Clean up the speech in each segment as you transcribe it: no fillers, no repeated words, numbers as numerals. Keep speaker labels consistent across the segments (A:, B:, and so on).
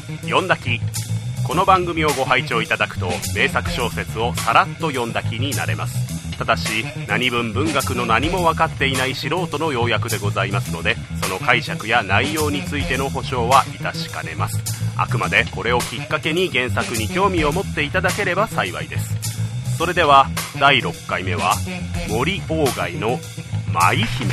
A: 読んだき。この番組をご拝聴いただくと名作小説をさらっと読んだ気になれます。ただし何分文学の何も分かっていない素人の要約でございますので、その解釈や内容についての保証は致しかねます。あくまでこれをきっかけに原作に興味を持っていただければ幸いです。それでは第6回目は森鴎外の舞姫。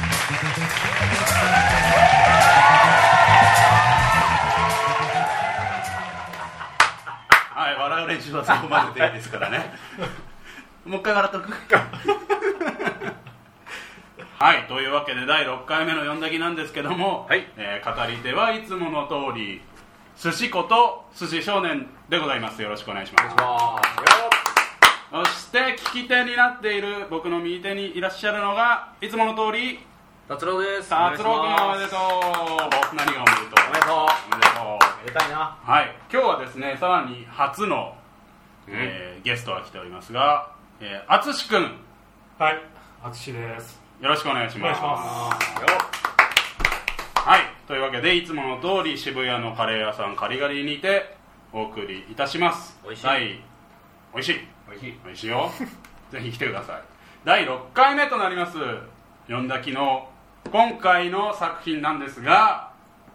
A: はい、笑う練習はそこまででいいですからねもう一回笑っとくはい、というわけで第6回目の読んだきなんですけども、はい、語り手はいつもの通り寿司こと寿司少年でございます。よろしくお願いします。そして聞き手になっている僕の右手にいらっしゃるのがいつもの通り
B: 達郎です。
A: 達郎君、おめでとう。何がおめでとう。おめでとう。おめでとう。
B: めでたいな。
A: はい、今日はですね、さらに初の、ゲストが来ておりますが、淳君。
C: はい、淳です。
A: よろしくお願いします。
C: お願いします。
A: はい、というわけでいつもの通り渋谷のカレー屋さんカリガリにてお送りいたします。
B: おいしい。
A: おいしい。おいしいよぜひ来てください。第6回目となります読んだきの今回の作品なんですが、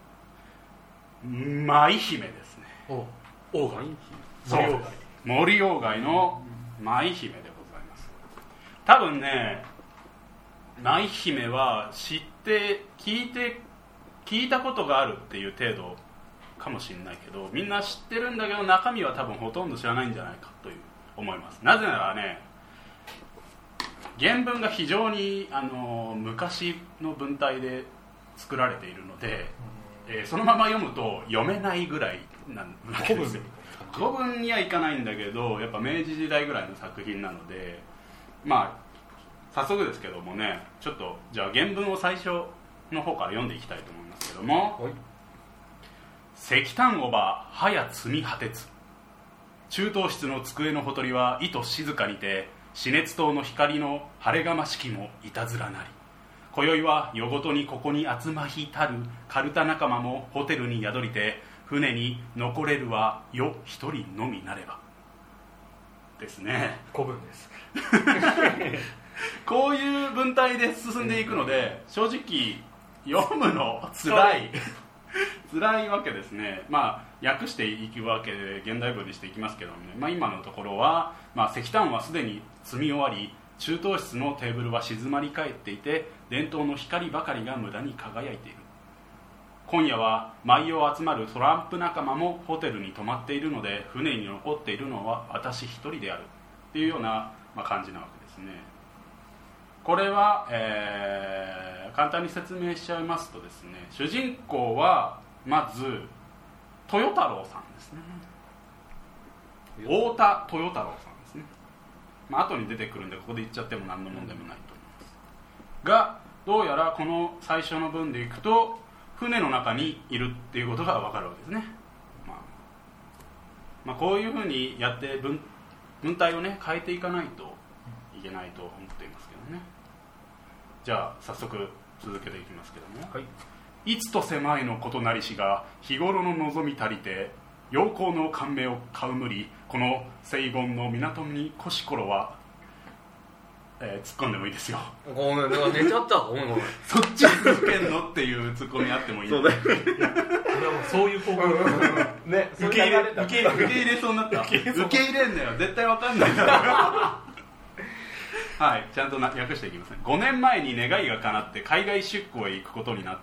A: 舞姫ですね。
C: 鴎外。
A: そう、森鴎外の舞姫でございます。多分ね、舞姫は知って聞いたことがあるっていう程度かもしれないけど、みんな知ってるんだけど中身は多分ほとんど知らないんじゃないかという思います。なぜならね、原文が非常に昔の文体で作られているので、そのまま読むと読めないぐらいなんですよ。古文にはいかないんだけど、やっぱ明治時代ぐらいの作品なので、まあ早速ですけどもね、ちょっとじゃあ原文を最初の方から読んでいきたいと思いますけども、石炭おばはや積み果てつ、中等室の机のほとりはいと静かにて、死熱灯の光の晴れがましきもいたずらなり、今宵は夜ごとにここに集まひたるカルタ仲間もホテルに宿りて、船に残れるはよ一人のみなればですね。
C: 古文です
A: こういう文体で進んでいくので、正直読むのつらいわけですね。まあ訳していくわけで現代文にしていきますけどもね、まあ、今のところは、石炭はすでに積み終わり、中等室のテーブルは静まり返っていて、電灯の光ばかりが無駄に輝いている。今夜は毎夜集まるトランプ仲間もホテルに泊まっているので、船に残っているのは私一人であるっていうような、感じなわけですね。これは、簡単に説明しちゃいますとですね、主人公はまず豊太郎さんですね。太田豊太郎さんですね。後に出てくるんでここで言っちゃっても何の問題もないと思いますが、どうやらこの最初の文でいくと船の中にいるっていうことが分かるわけですね。こういうふうにやって文体をね変えていかないといけないと思っていますけどね。じゃあ早速続けていきますけども、いつと狭いのことなりしが日頃の望み足りて、陽光の感銘を買う無理、この西言の港に越し頃は、突っ込んでもいいですよ。
B: ごめん、寝ちゃった。ごめん
A: そっち続けんのっていうツッコミあってもいい。
C: そうだよ俺はもうそういう方向
B: ね、
C: 受け入れ
A: そうになった受け入れんのよ、絶対わかんないからはい、ちゃんと訳していきますね。5年前に願いが叶って海外出港へ行くことになって、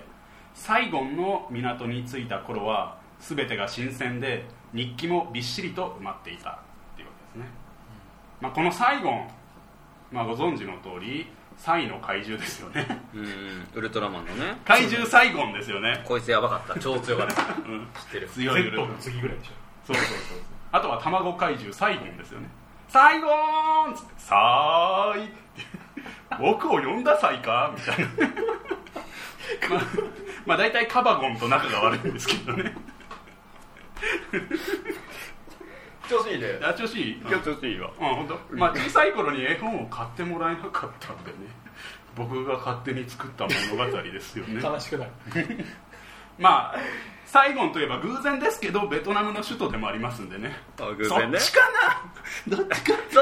A: サイゴンの港に着いた頃は全てが新鮮で、日記もびっしりと埋まっていたっていうわけですね。このサイゴン、ご存知の通りサイの怪獣ですよね。
B: ウルトラマンのね、
A: 怪獣サイゴンですよね。
B: こいつやばかった、超強かった、知ってる。
A: 強いウルトラマン
C: Z の次ぐらいでしょ。
A: そうあとは卵怪獣サイゴンですよね。サイゴーンっつって、さーい僕を呼んだサイかみたいな大体カバゴンと仲が悪いんですけどね
B: 調子いいね。
A: 調子いい？
B: 今日調子いいわ。
A: 本当。小さい頃に絵本を買ってもらえなかったんでね、僕が勝手に作った物語ですよね
C: 悲しくない
A: まあサイゴンといえば偶然ですけどベトナムの首都でもありますんでね。
B: 偶然ね。
A: そっちかな。どっちかって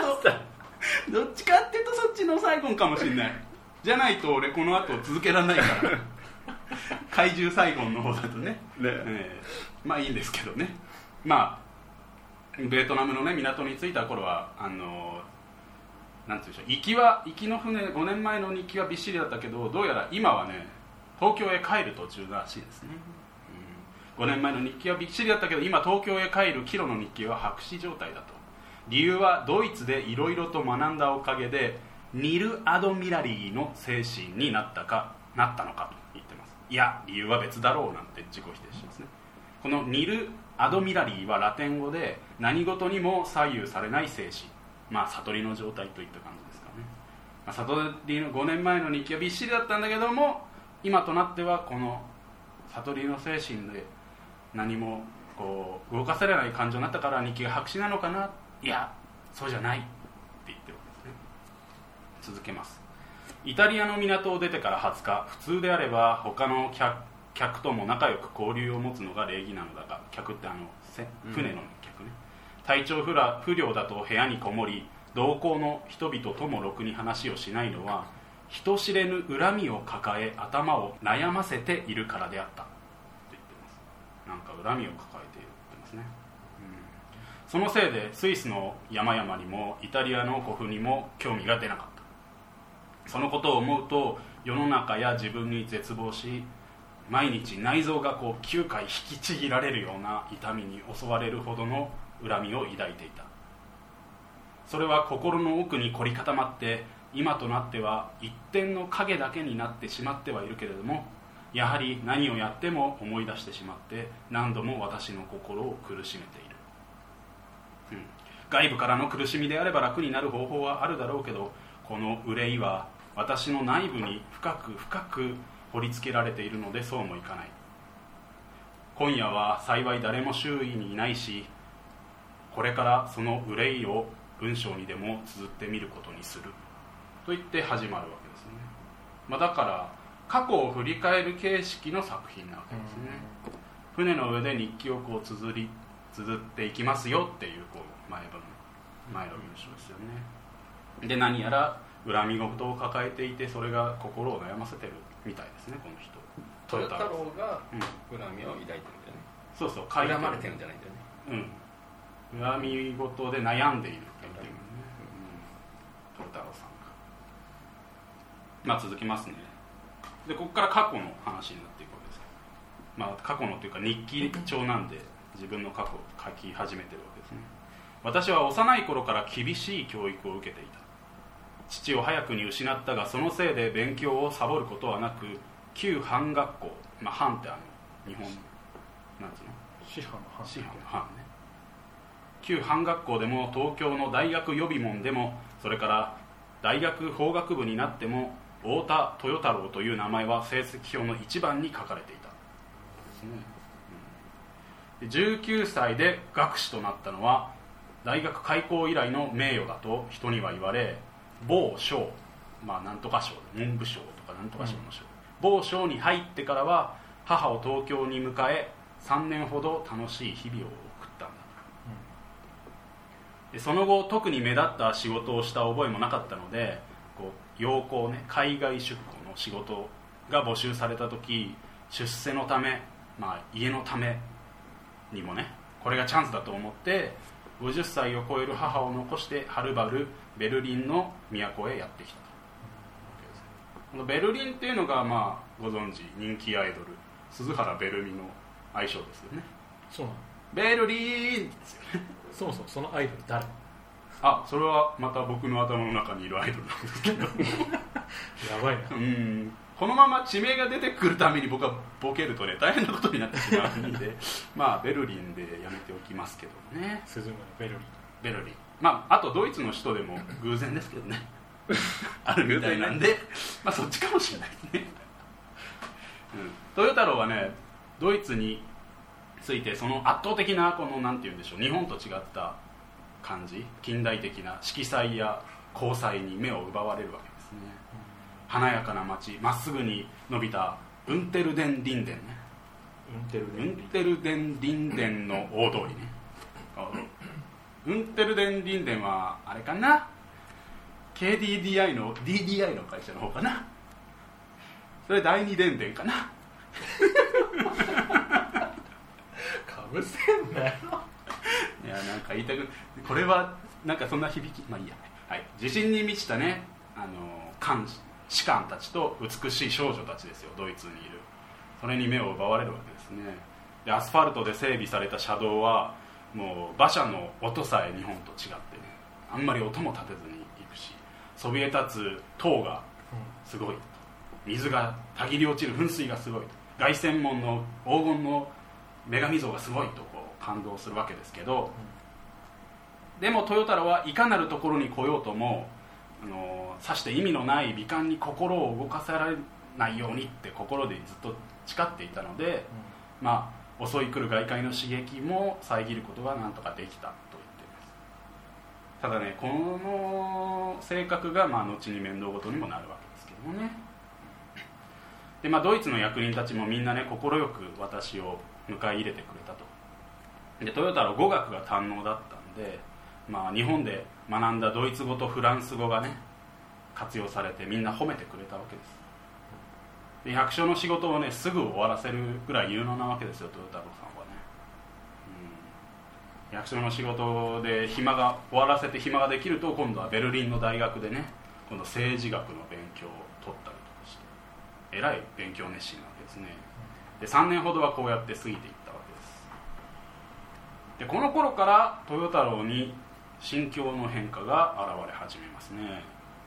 A: いうとそっちのサイゴンかもしれない。じゃないと俺この後続けられないから怪獣サイゴンの方だとね、まあいいんですけどね。まあベトナムのね港に着いた頃はなんていうんでしょう、行きの船5年前の日記はびっしりだったけど、どうやら今はね東京へ帰る途中らしいですね。5年前の日記はびっしりだったけど今東京へ帰るキロの日記は白紙状態だと。理由はドイツでいろいろと学んだおかげでニル・アドミラリーの精神になったのかと言ってます。いや理由は別だろうなんて自己否定しますね。このニル・アドミラリーはラテン語で何事にも左右されない精神、まあ悟りの状態といった感じですかね。悟りの5年前の日記はびっしりだったんだけども今となってはこの悟りの精神で何もこう動かされない感情になったから日記が白紙なのかな。いやそうじゃないって言ってるわけですね。続けます。イタリアの港を出てから20日、普通であれば他の客とも仲良く交流を持つのが礼儀なのだが、客って船の客ね、体調不良だと部屋にこもり同行の人々ともろくに話をしないのは人知れぬ恨みを抱え頭を悩ませているからであったって言ってます。なんか恨みを抱えているって言ってますね。そのせいでスイスの山々にもイタリアの古墳にも興味が出なかった。そのことを思うと世の中や自分に絶望し、毎日内臓がこう9回引きちぎられるような痛みに襲われるほどの恨みを抱いていた。それは心の奥に凝り固まって今となっては一点の影だけになってしまってはいるけれども、やはり何をやっても思い出してしまって何度も私の心を苦しめている。外部からの苦しみであれば楽になる方法はあるだろうけど、この憂いは私の内部に深く深く掘り付けられているのでそうもいかない。今夜は幸い誰も周囲にいないし、これからその憂いを文章にでも綴ってみることにすると言って始まるわけですね。だから過去を振り返る形式の作品なわけですね。船の上で日記をこう綴っていきますよっていうこう前の文章ですよね。で何やら恨み事を抱えていてそれが心を悩ませてるみたいですね、この人。
B: 豊太郎が恨みを抱いてるんだよね。
A: そうそう、
B: 恨まれてるんじゃないんだよね。
A: 恨み事で悩んでいるっていうね、豊太郎さんが。続きますね。でここから過去の話になっていくわけですけど、過去のというか日記帳なんで自分の過去を書き始めてるわけですね。私は幼い頃から厳しい教育を受けていた。父を早くに失ったがそのせいで勉強をサボることはなく、旧藩学校、藩って日本なんつうの
C: 師範の藩
A: ね、旧藩学校でも東京の大学予備門でも、それから大学法学部になっても太田豊太郎という名前は成績表の一番に書かれていたですね。19歳で学士となったのは大学開校以来の名誉だと人には言われ、某省、なんとか省、文部省とかなんとか省の省、某省に入ってからは母を東京に迎え3年ほど楽しい日々を送ったんだ。でその後特に目立った仕事をした覚えもなかったので、洋行ね、海外出向の仕事が募集された時、出世のため、家のためにもねこれがチャンスだと思って50歳を超える母を残してはるばるベルリンの都へやってきたと。このベルリンっていうのがご存知人気アイドル鈴原ベルミの愛称ですよね。
C: そうなの。
A: ベルリンですよね。
C: そもそもそのアイドル誰？
A: それはまた僕の頭の中にいるアイドルなんですけど
C: やばいな。
A: このまま地名が出てくるために僕はボケるとね大変なことになってしまうのでベルリンでやめておきますけどね。
C: 鈴村ベルリン。
A: あとドイツの首都でも偶然ですけどねあるみたいなんで、そっちかもしれないですね豊太郎はねドイツについてその圧倒的なこのなんていうんでしょう、日本と違った感じ、近代的な色彩や光彩に目を奪われるわけですね。華やかな街、まっすぐに伸びたウンテルデンリンデンね、
C: ウンテル
A: デンリンデンの大通りね。ウンテルデンリンデンはあれかな、 KDDI の DDI の会社の方かな。それ第二電電かな。
C: かぶせんなよ。
A: いや、なんか言いたく、これはなんかそんな響き、まあいいや、はい、自信に満ちたね、士官たちと美しい少女たちですよ、ドイツにいる。それに目を奪われるわけですね。でアスファルトで整備された車道はもう馬車の音さえ日本と違ってね、あんまり音も立てずに行くし、そびえ立つ塔がすごい、水がたぎり落ちる噴水がすごい、凱旋門の黄金の女神像がすごいとこう感動するわけですけど、でも豊太郎はいかなるところに来ようともさして意味のない美観に心を動かせられないようにって心でずっと誓っていたので、まあ襲い来る外界の刺激も遮ることがなんとかできたと言っています。ただね、この性格がまあ後に面倒事にもなるわけですけどもね。で、まあ、ドイツの役人たちもみんなね快く私を迎え入れてくれたと。で豊太郎語学が堪能だったんで、まあ、日本で学んだドイツ語とフランス語がね活用されてみんな褒めてくれたわけです。で役所の仕事をねすぐ終わらせるぐらい有能なわけですよ、豊太郎さんはね、役所の仕事で暇が終わらせて暇ができると、今度はベルリンの大学でね今度政治学の勉強を取ったりとかして、えらい勉強熱心なわけですね。で3年ほどはこうやって過ぎていったわけです。でこの頃から豊太郎に心境の変化が現れ始めますね、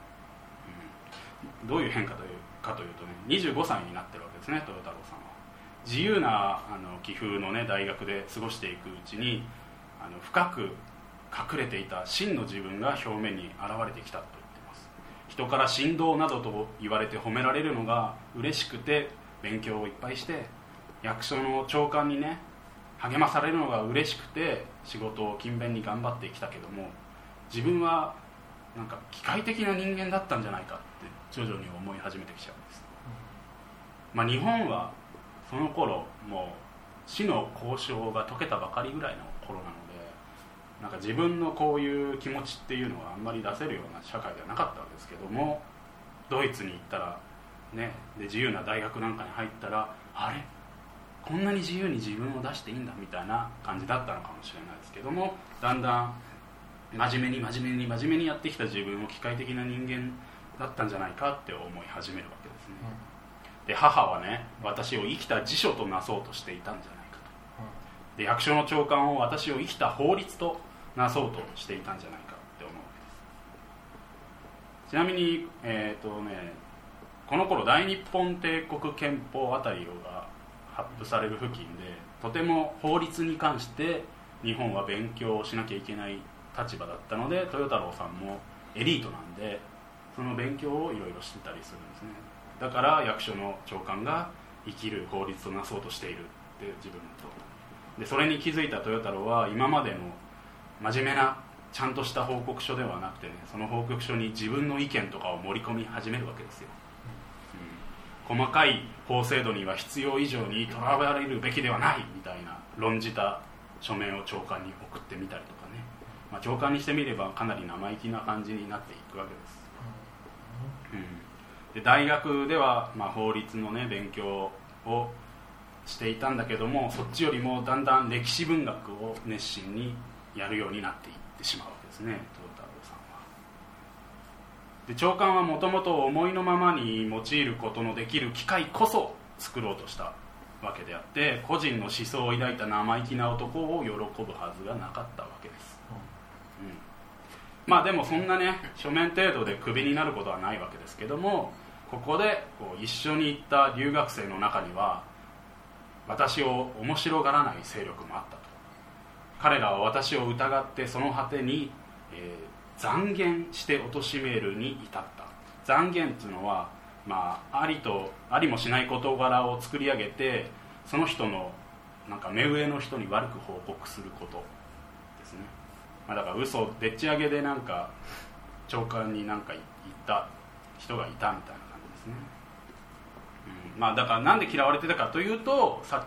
A: どういう変化かというとね、25歳になってるわけですね、豊太郎さんは。自由な気風のね大学で過ごしていくうちに深く隠れていた真の自分が表面に現れてきたと言っています。人から神童などと言われて褒められるのが嬉しくて勉強をいっぱいして、役所の長官にね励まされるのが嬉しくて仕事を勤勉に頑張ってきたけども、自分はなんか機械的な人間だったんじゃないかって徐々に思い始めてきちゃうんです、まあ、日本はその頃もう死の交渉が解けたばかりぐらいの頃なので、なんか自分のこういう気持ちっていうのはあんまり出せるような社会ではなかったわけですけども、ドイツに行ったらね、で自由な大学なんかに入ったら、あれこんなに自由に自分を出していいんだみたいな感じだったのかもしれないですけども、だんだん真面目にやってきた自分を機械的な人間だったんじゃないかって思い始めるわけですね、で母はね私を生きた辞書となそうとしていたんじゃないかと、で役所の長官を私を生きた法律となそうとしていたんじゃないかって思うわけです。ちなみにこの頃大日本帝国憲法あたりが発布される付近で、とても法律に関して日本は勉強しなきゃいけない立場だったので、豊太郎さんもエリートなんでその勉強をいろいろしてたりするんですね。だから役所の長官が生きる法律をなそうとしているって自分と、でそれに気づいた豊太郎は今までの真面目なちゃんとした報告書ではなくてね、その報告書に自分の意見とかを盛り込み始めるわけですよ、細かい法制度には必要以上にとらわれるべきではないみたいな論じた書面を長官に送ってみたりとかね、まあ、長官にしてみればかなり生意気な感じになっていくわけです、で大学ではまあ法律のね勉強をしていたんだけども、そっちよりもだんだん歴史文学を熱心にやるようになっていってしまうわけですね、豊太郎さんは。で長官はもともと思いのままに用いることのできる機械こそ作ろうとしたわけであって、個人の思想を抱いた生意気な男を喜ぶはずがなかったわけです、まあでもそんなね書面程度でクビになることはないわけですけども、ここで一緒に行った留学生の中には私を面白がらない勢力もあったと。彼らは私を疑ってその果てに、讒言して貶めるに至った。讒言っていうのは、まあ、ありもしない事柄を作り上げてその人のなんか目上の人に悪く報告することですね、まあ、だから嘘でっち上げでなんか長官に何か言った人がいたみたいな感じですね、まあ、だからなんで嫌われてたかというと、さっき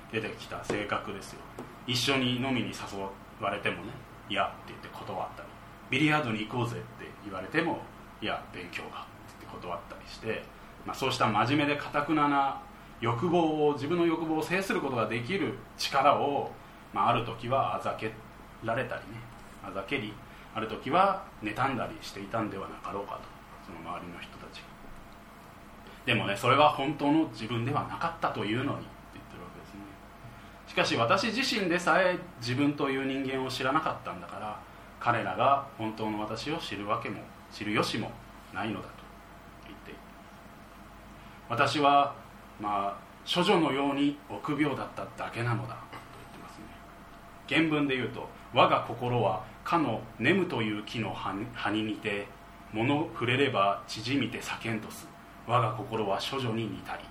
A: 出てきた性格ですよ。一緒に飲みに誘われてもね、いやって言って断ったり、ビリヤードに行こうぜって言われても、いや勉強がって言って断ったりして、そうした真面目で堅くなな自分の欲望を制することができる力を、ある時はあざけられたりね、あざけり、ある時は妬んだりしていたんではなかろうかと、その周りの人たちが。でもね、それは本当の自分ではなかったというのにって言ってるわけですね。しかし私自身でさえ自分という人間を知らなかったんだから、彼らが本当の私を知る由もないのだと言っている。私は処女のように臆病だっただけなのだと言ってますね。原文で言うと、我が心はかのネムという木の葉に似て、物触れれば縮みて叫んとす、我が心は処女に似たりと言ってるわ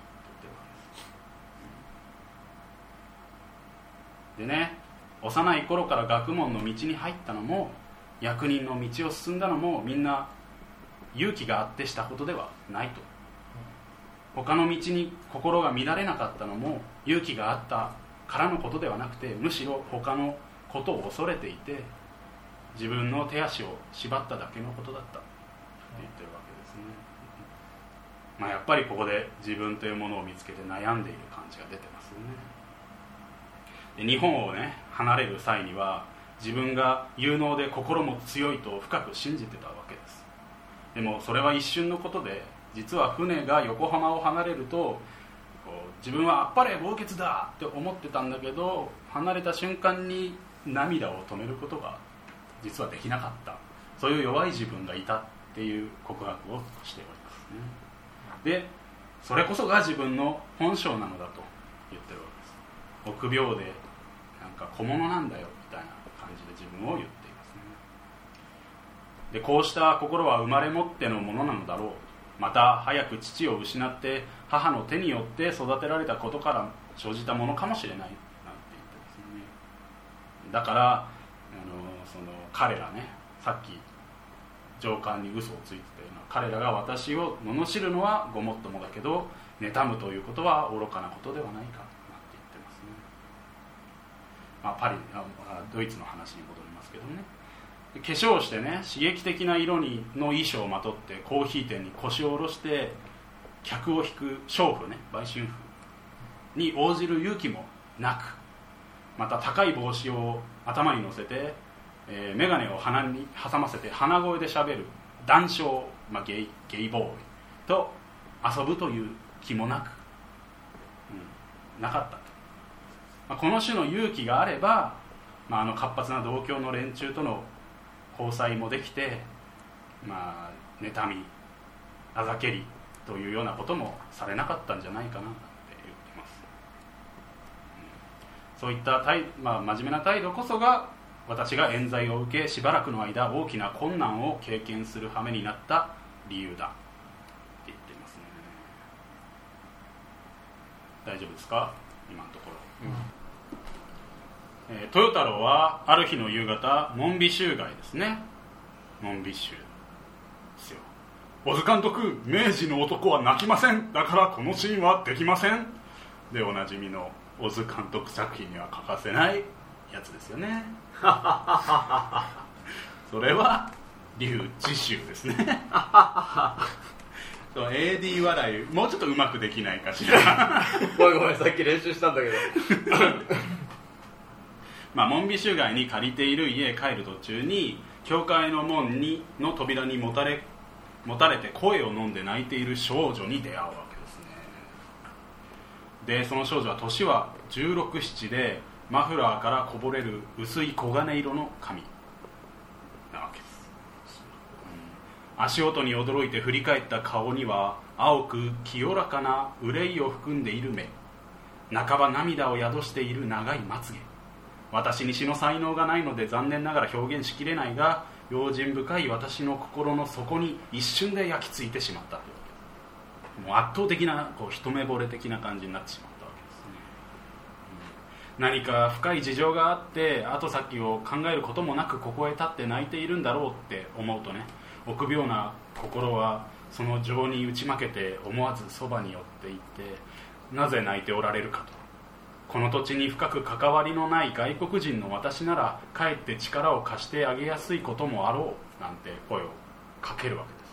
A: けです。でね、幼い頃から学問の道に入ったのも、役人の道を進んだのも、みんな勇気があってしたことではないと。他の道に心が乱れなかったのも勇気があったからのことではなくて、むしろ他のことを恐れていて、自分の手足を縛っただけのことだったと言ってるわけですね。やっぱりここで自分というものを見つけて悩んでいる感じが出てますよね。で、日本をね離れる際には、自分が有能で心も強いと深く信じてたわけです。でもそれは一瞬のことで、実は船が横浜を離れると、自分はあっぱれ豪傑だって思ってたんだけど、離れた瞬間に涙を止めることが実はできなかった、そういう弱い自分がいたっていう告白をしておりますね。で、それこそが自分の本性なのだと言ってるわけです。臆病で小物なんだよみたいな感じで自分を言っていますね。で、こうした心は生まれ持ってのものなのだろう、また早く父を失って母の手によって育てられたことから生じたものかもしれないなんて言ってですね。だからその彼らね、さっき上官に嘘をついてたような彼らが私を罵るのはごもっともだけど、妬むということは愚かなことではないかなんて言ってますね。ドイツの話に戻りますけどね、化粧してね、刺激的な色の衣装をまとってコーヒー店に腰を下ろして客を引く娼婦ね、売春婦に応じる勇気もなく、また高い帽子を頭に乗せて、眼鏡を鼻に挟ませて鼻声でしゃべる男娼、ゲイボーイと遊ぶという気もなく、なかったと。この種の勇気があれば、活発な同郷の連中との交際もできて、妬みあざけりというようなこともされなかったんじゃないかなって言ってます。そういった真面目な態度こそが、私が冤罪を受けしばらくの間大きな困難を経験する羽目になった理由だって言っていますね。大丈夫ですか、今のところ。豊太郎はある日の夕方、門尾衆街ですね、門尾衆ですよ。小津監督、明治の男は泣きません、だからこのシーンはできませんでおなじみの小津監督作品には欠かせないやつですよね。それは劉知州ですね。AD 笑いもうちょっとうまくできないかしら。
B: ごめん、さっき練習したんだけど。
A: 門尾衆街に借りている家へ帰る途中に、教会の門の扉にもたれて声を飲んで泣いている少女に出会うわけですね。で、その少女は年は16、17で、マフラーからこぼれる薄い黄金色の髪なわけです。足音に驚いて振り返った顔には、青く清らかな憂いを含んでいる目、半ば涙を宿している長いまつげ。私に詩の才能がないので残念ながら表現しきれないが、用心深い私の心の底に一瞬で焼き付いてしまったというわけです。もう圧倒的な一目惚れ的な感じになってしまったわけですね。何か深い事情があって、後先を考えることもなくここへ立って泣いているんだろうって思うとね、臆病な心はその情に打ち負けて思わずそばに寄っていって、なぜ泣いておられるかと、 この土地に深く関わりのない外国人の私ならかえって力を貸してあげやすいこともあろうなんて声をかけるわけです。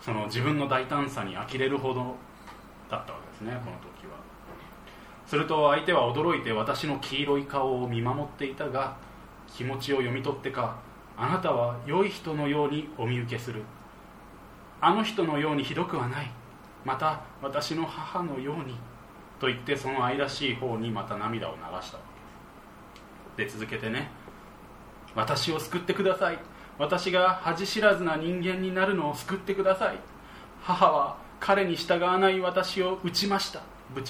A: その自分の大胆さに呆れるほどだったわけですね、この時は。すると相手は驚いて私の黄色い顔を見守っていたが、気持ちを読み取ってか、あなたは良い人のようにお見受けする。あの人のようにひどくはない。また私の母のようにと言って、その愛らしい方にまた涙を流したわけです。で、続けてね、私を救ってください。私が恥知らずな人間になるのを救ってください。母は彼に従わない私をぶちました。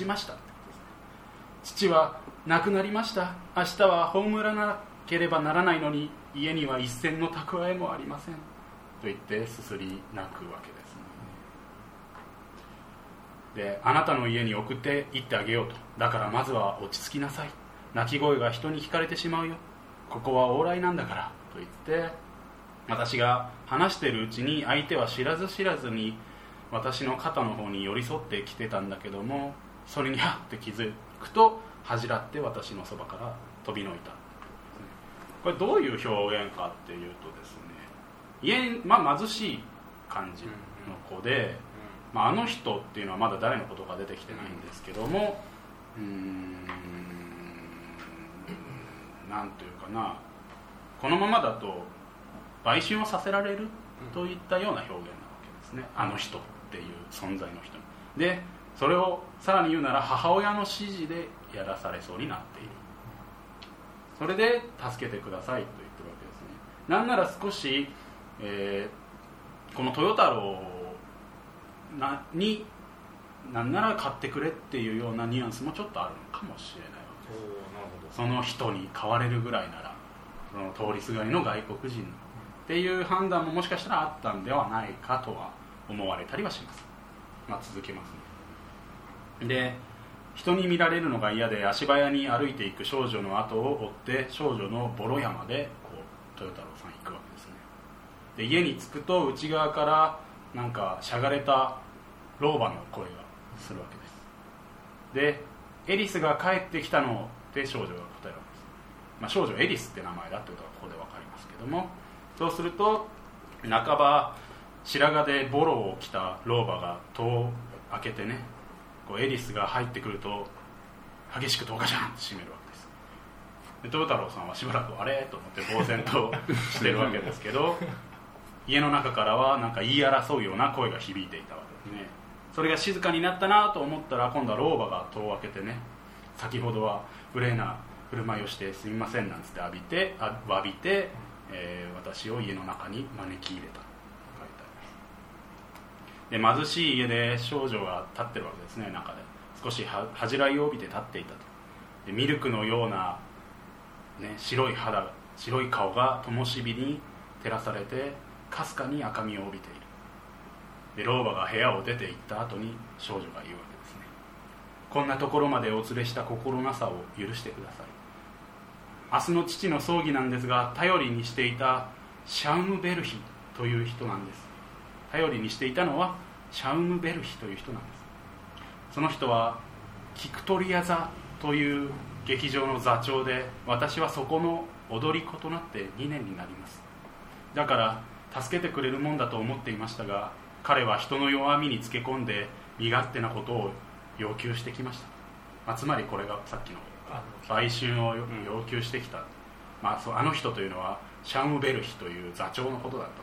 A: 父は亡くなりました。明日は葬らなければならないのに、家には一銭の蓄えもありませんと言ってすすり泣くわけですね。で、あなたの家に送って行ってあげようと。だからまずは落ち着きなさい。泣き声が人に聞かれてしまうよ。ここは往来なんだからと言って、私が話しているうちに相手は知らず知らずに私の肩の方に寄り添ってきてたんだけども、それにはって気づくと恥じらって私のそばから飛びのいた。これどういう表現かっていうとですね、貧しい感じの子で、あの人っていうのはまだ誰のことか出てきてないんですけども、なんというかな、このままだと売春をさせられるといったような表現なわけですね、あの人っていう存在の人で、それをさらに言うなら母親の指示でやらされそうになっている。それで助けてくださいと言ってるわけですね。なんなら少し、この豊太郎になんなら買ってくれっていうようなニュアンスもちょっとあるのかもしれないわけです。その人に買われるぐらいなら、その通りすがりの外国人っていう判断ももしかしたらあったんではないかとは思われたりはします。続けますね。で、人に見られるのが嫌で足早に歩いていく少女の後を追って少女のボロ山で豊太郎さん行くわけですね。で、家に着くと内側からなんかしゃがれた老婆の声がするわけです。で、エリスが帰ってきたのって少女が答えるわけです。少女エリスって名前だってことがここで分かりますけども、そうすると半ば白髪でボロを着た老婆が戸を開けてね、エリスが入ってくると激しく戸をガシャンと閉めるわけです。で、豊太郎さんはしばらくあれと思って呆然としてるわけですけど家の中からはなんか言い争うような声が響いていたわけですね。それが静かになったなと思ったら、今度は老婆が戸を開けてね、先ほどは無礼な振る舞いをしてすみませんなんつって詫びて、私を家の中に招き入れたと書いてあります。で、貧しい家で少女が立ってるわけですね。中で少し恥じらいを帯びて立っていたと。で、ミルクのような、白い顔が灯火に照らされてかすかに赤みを帯びている。で、老婆が部屋を出て行った後に少女が言うわけですね。こんなところまでお連れした心なさを許してください。明日の父の葬儀なんですが、頼りにしていたシャウムベルヒという人なんです。頼りにしていたのはシャウムベルヒという人なんです。その人はキクトリア座という劇場の座長で、私はそこの踊り子となって2年になります。だから助けてくれるもんだと思っていましたが、彼は人の弱みにつけ込んで身勝手なことを要求してきました。つまりこれがさっきの売春を要求してきた、あの人というのはシャウムベルヒという座長のことだったわ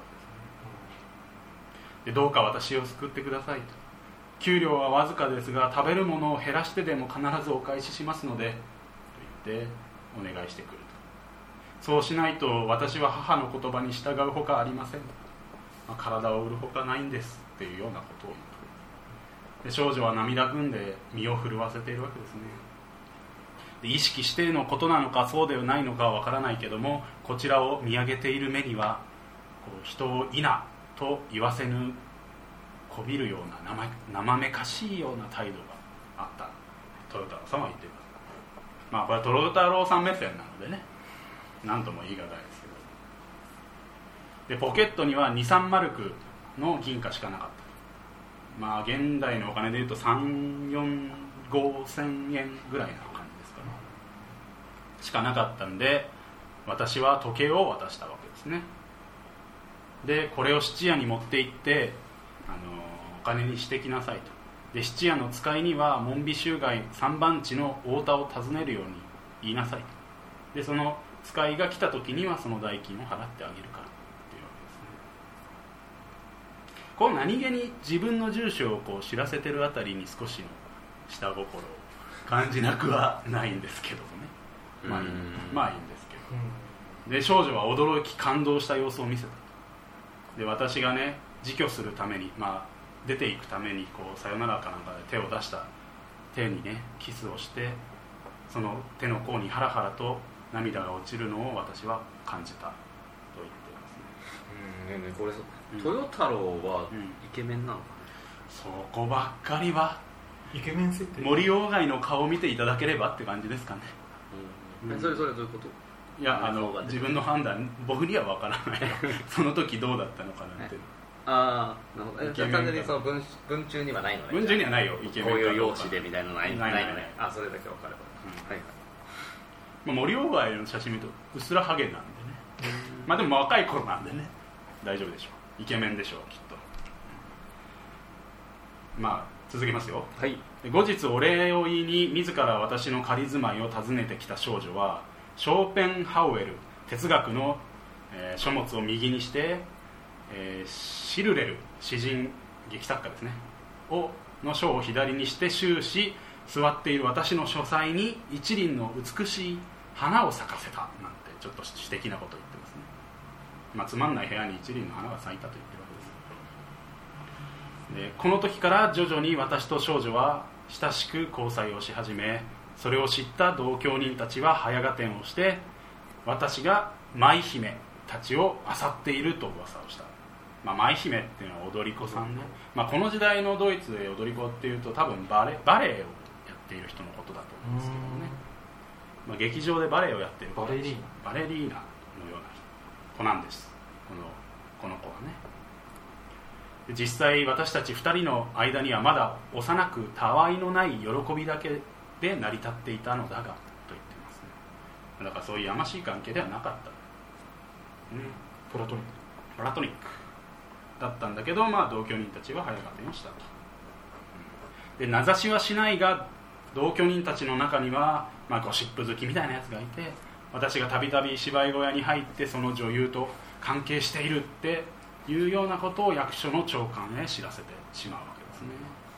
A: けです。で、どうか私を救ってくださいと。給料はわずかですが、食べるものを減らしてでも必ずお返ししますのでと言ってお願いしてくると。そうしないと私は母の言葉に従うほかありません。体を売るほかないんですっていうようなことを言う。で、少女は涙ぐんで身を震わせているわけですね。で、意識してのことなのかそうではないのかはわからないけども、こちらを見上げている目には人を否と言わせぬこびるような生めかしいような態度があった豊太郎さんは言っています。これは豊太郎さん目線なのでね、何とも言い難いですけど。で、ポケットには 2,3 マルクの銀貨しかなかった。現代のお金でいうと3、4、5千円ぐらいな感じですかね。 しかなかったんで、私は時計を渡したわけですね。でこれを質屋に持って行ってお金にしてきなさいと。で質屋の使いには門尾州街三番地の太田を訪ねるように言いなさいと。でその使いが来た時にはその代金を払ってあげるからっていうわけですね。こう何気に自分の住所をこう知らせてるあたりに少しの下心を感じなくはないんですけどもね。まあいいんですけど、で少女は驚き感動した様子を見せた。で私がね自居するために、出ていくためにこうさよならかなんかで手を出した手にねキスをして、その手の甲にハラハラと涙が落ちるのを私は感じたと言ってますね。
B: ねえこれ豊太郎はイケメンなのかね。
A: そこばっかりは
C: イケメン設定。
A: 森鴎外の顔を見ていただければって感じですかね。
B: それどういうこと？
A: いや自分の判断、僕には分からないその時どうだったのかなんて。
B: なるほど。完全にその文中にはないのね。
A: 文中にはないよ。イケメンかどうか
B: こういう容姿でみたいなのないのね。それだけ分かれば。
A: 森鴎外の写真見るとうっすらハゲなんでね。でも若い頃なんでね大丈夫でしょう。イケメンでしょうきっと。続きますよ。
B: はい。
A: 後日お礼を言いに自ら私の仮住まいを訪ねてきた少女はショーペンハウエル哲学の、書物を右にして、シルレル詩人劇作家ですねの書を左にして終始座っている私の書斎に一輪の美しい花を咲かせたなんてちょっと詩的なことを言ってますね。つまんない部屋に一輪の花が咲いたと言ってるわけです。でこの時から徐々に私と少女は親しく交際をし始め、それを知った同居人たちは早合点をして私が舞姫たちを漁っていると噂をした。舞姫っていうのは踊り子さんね。この時代のドイツで踊り子っていうと多分バレエをやっている人のことだと思うんですけどね。劇場でバレエをやっている
C: バレリー
A: ナのような子なんです。この子はね。実際私たち2人の間にはまだ幼くたわいのない喜びだけで成り立っていたのだがと言ってますね。だからそういうやましい関係ではなかった、
C: プラトニック
A: だったんだけど、同居人たちは早合点をしたと。で名指しはしないが同居人たちの中には、ゴシップ好きみたいなやつがいて、私がたびたび芝居小屋に入ってその女優と関係しているっていうようなことを役所の長官へ知らせてしまうわけですね。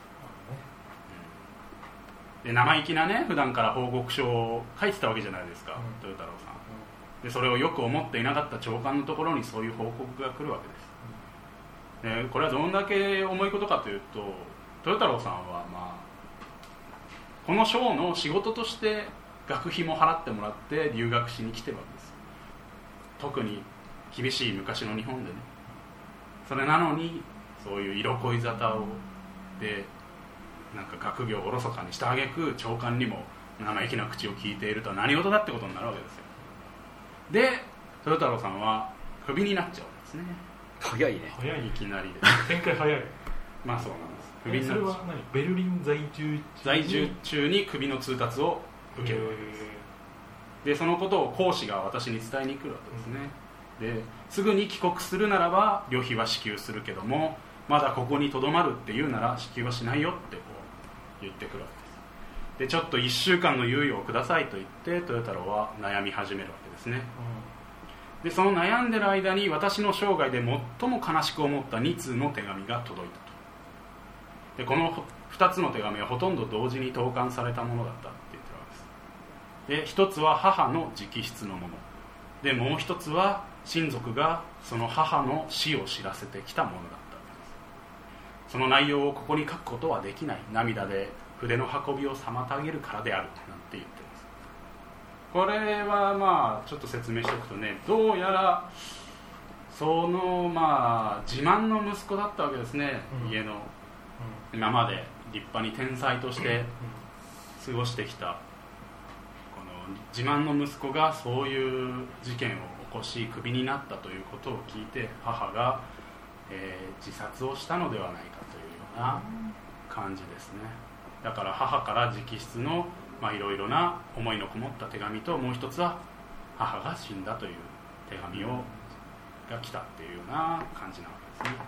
A: で生意気なね普段から報告書を書いてたわけじゃないですか、豊太郎さん。でそれをよく思っていなかった長官のところにそういう報告が来るわけです。でこれはどんだけ重いことかというと、豊太郎さんはこの賞の仕事として学費も払ってもらって留学しに来てるわけです。特に厳しい昔の日本でね。それなのにそういう色恋沙汰をで学業をおろそかにした挙句長官にも生意気な口を聞いているとは何事だってことになるわけですよ。で豊太郎さんはクビになっちゃうんですね。
B: 早いね。
A: いきなりで
C: 展開早い。
A: そうなんです。クビになっちゃう。
C: それはベルリン在住
A: 中にクビの通達を受けるわけです。でそのことを講師が私に伝えに来るわけですね。ですぐに帰国するならば旅費は支給するけども、まだここにとどまるって言うなら支給はしないよってこう言ってくるわけです。でちょっと1週間の猶予をくださいと言って豊太郎は悩み始めるわけですね。でその悩んでる間に私の生涯で最も悲しく思った2通の手紙が届いたと。でこの2つの手紙はほとんど同時に投函されたものだったって言ってるわけです。で1つは母の直筆のもので、もう1つは親族がその母の死を知らせてきたものだったわけです。その内容をここに書くことはできない。涙で筆の運びを妨げるからであるなんて言ってます。これはちょっと説明しておくとね、どうやらその自慢の息子だったわけですね、家の。今まで立派に天才として過ごしてきたこの自慢の息子がそういう事件を起こしクビになったということを聞いて、母が、自殺をしたのではないかというような感じですね。だから母から直筆のいろいろな思いのこもった手紙と、もう一つは母が死んだという手紙が来たっていうような感じなわけですね。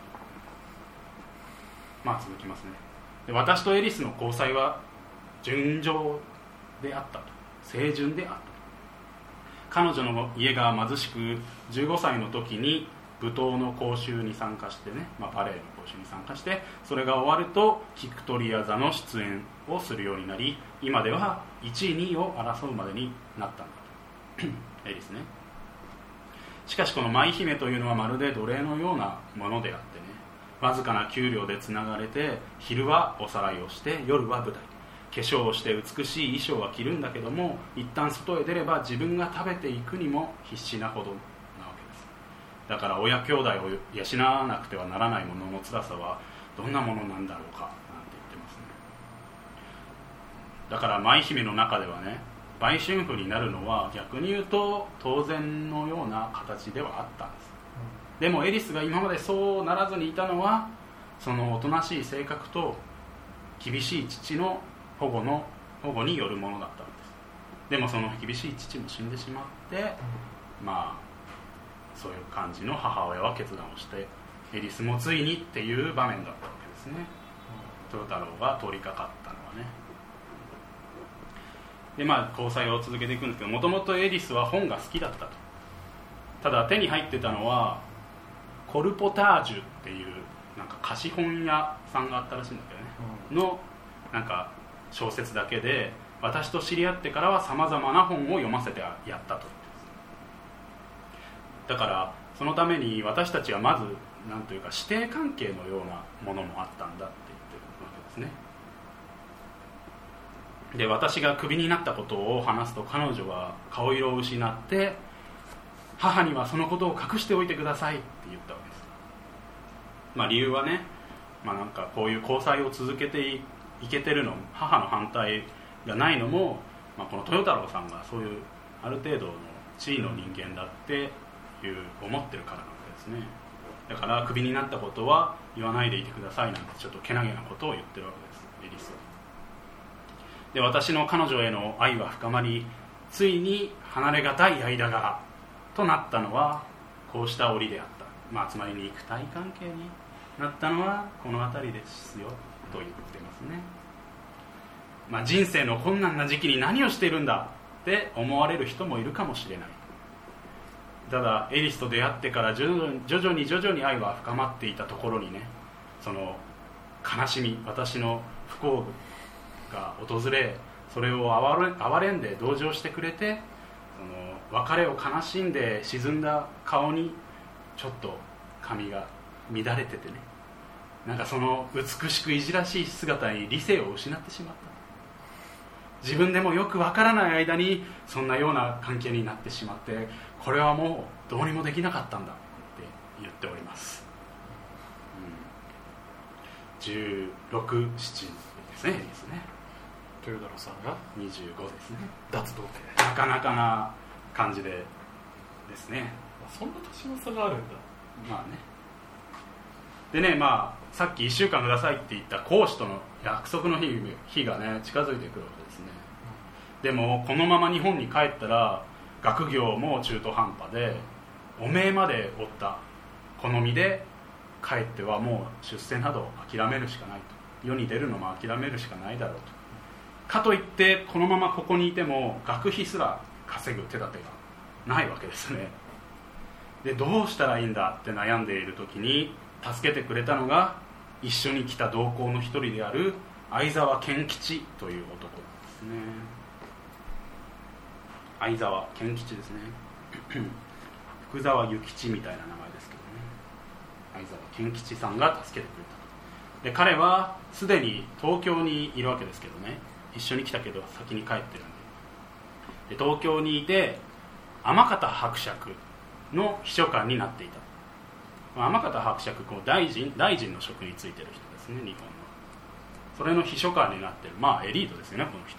A: 続きますね。で、私とエリスの交際は順調であったと、清純であったと。彼女の家が貧しく、15歳の時に舞踏の講習に参加してね、バレエの講習に参加して、それが終わるとビクトリア座の出演をするようになり、今では1位2位を争うまでになったんだとエリスね。しかしこの舞姫というのはまるで奴隷のようなものであってね、わずかな給料でつながれて、昼はおさらいをして夜は舞台、化粧をして美しい衣装は着るんだけども、一旦外へ出れば自分が食べていくにも必死なほどなわけです。だから親兄弟を養わなくてはならないものの辛さはどんなものなんだろうかなんて言ってますね。だから舞姫の中ではね、売春婦になるのは逆に言うと当然のような形ではあったんです。でもエリスが今までそうならずにいたのは、そのおとなしい性格と厳しい父の保護によるものだったんです。でもその厳しい父も死んでしまって、そういう感じの母親は決断をして、エリスもついにっていう場面だったわけですね。豊太郎が通りかかったのはね。で交際を続けていくんですけど、もともとエリスは本が好きだったと。ただ手に入ってたのはコルポタージュっていうなんか貸本屋さんがあったらしいんだけどね、のなんか小説だけで、私と知り合ってからはさまざまな本を読ませてやったと。だからそのために私たちはまずなんというか師弟関係のようなものもあったんだって言ってるわけですね。で、私がクビになったことを話すと、彼女は顔色を失って、母にはそのことを隠しておいてくださいって言ったわけです。理由はね、なんかこういう交際を続けていけてるの、母の反対がないのも、この豊太郎さんがそういうある程度の地位の人間だっていう思ってるからなわけですね。だからクビになったことは言わないでいてくださいなんてちょっとけなげなことを言ってるわけです、エリスは。で、私の彼女への愛は深まり、ついに離れがたい間柄となったのはこうした折であった。つまり肉体関係になったのはこの辺りですよと言ってますね。人生の困難な時期に何をしているんだって思われる人もいるかもしれない。ただエリスと出会ってから徐々に愛は深まっていたところにね、その悲しみ、私の不幸が訪れ、それを憐れんで同情してくれて、その別れを悲しんで沈んだ顔にちょっと髪が乱れててね、なんかその美しくいじらしい姿に理性を失ってしまった。自分でもよくわからない間にそんなような関係になってしまって、これはもうどうにもできなかったんだって言っております、16、17ですね。
C: 豊太郎さんが
A: 25ですね。
C: 脱童貞、
A: なかなかな感じですね。
C: そんな年の差があるんだ。
A: でね、さっき1週間くださいって言った講師との約束の日がね近づいてくるわけですね。でもこのまま日本に帰ったら学業も中途半端で、おめまで負った好みで帰ってはもう出世など諦めるしかないと、世に出るのも諦めるしかないだろうと。かといってこのままここにいても学費すら稼ぐ手立てがないわけですね。で、どうしたらいいんだって悩んでいる時に助けてくれたのが、一緒に来た同行の一人である相沢健吉という男ですね。相沢健吉ですね福沢諭吉みたいな名前ですけどね。相沢健吉さんが助けてくれた。で、彼はすでに東京にいるわけですけどね、一緒に来たけど先に帰ってるんで、東京にいて天方伯爵の秘書官になっていた。天方伯爵、大臣の職に就いてる人ですね、日本の。それの秘書官になってる、エリートですよね、この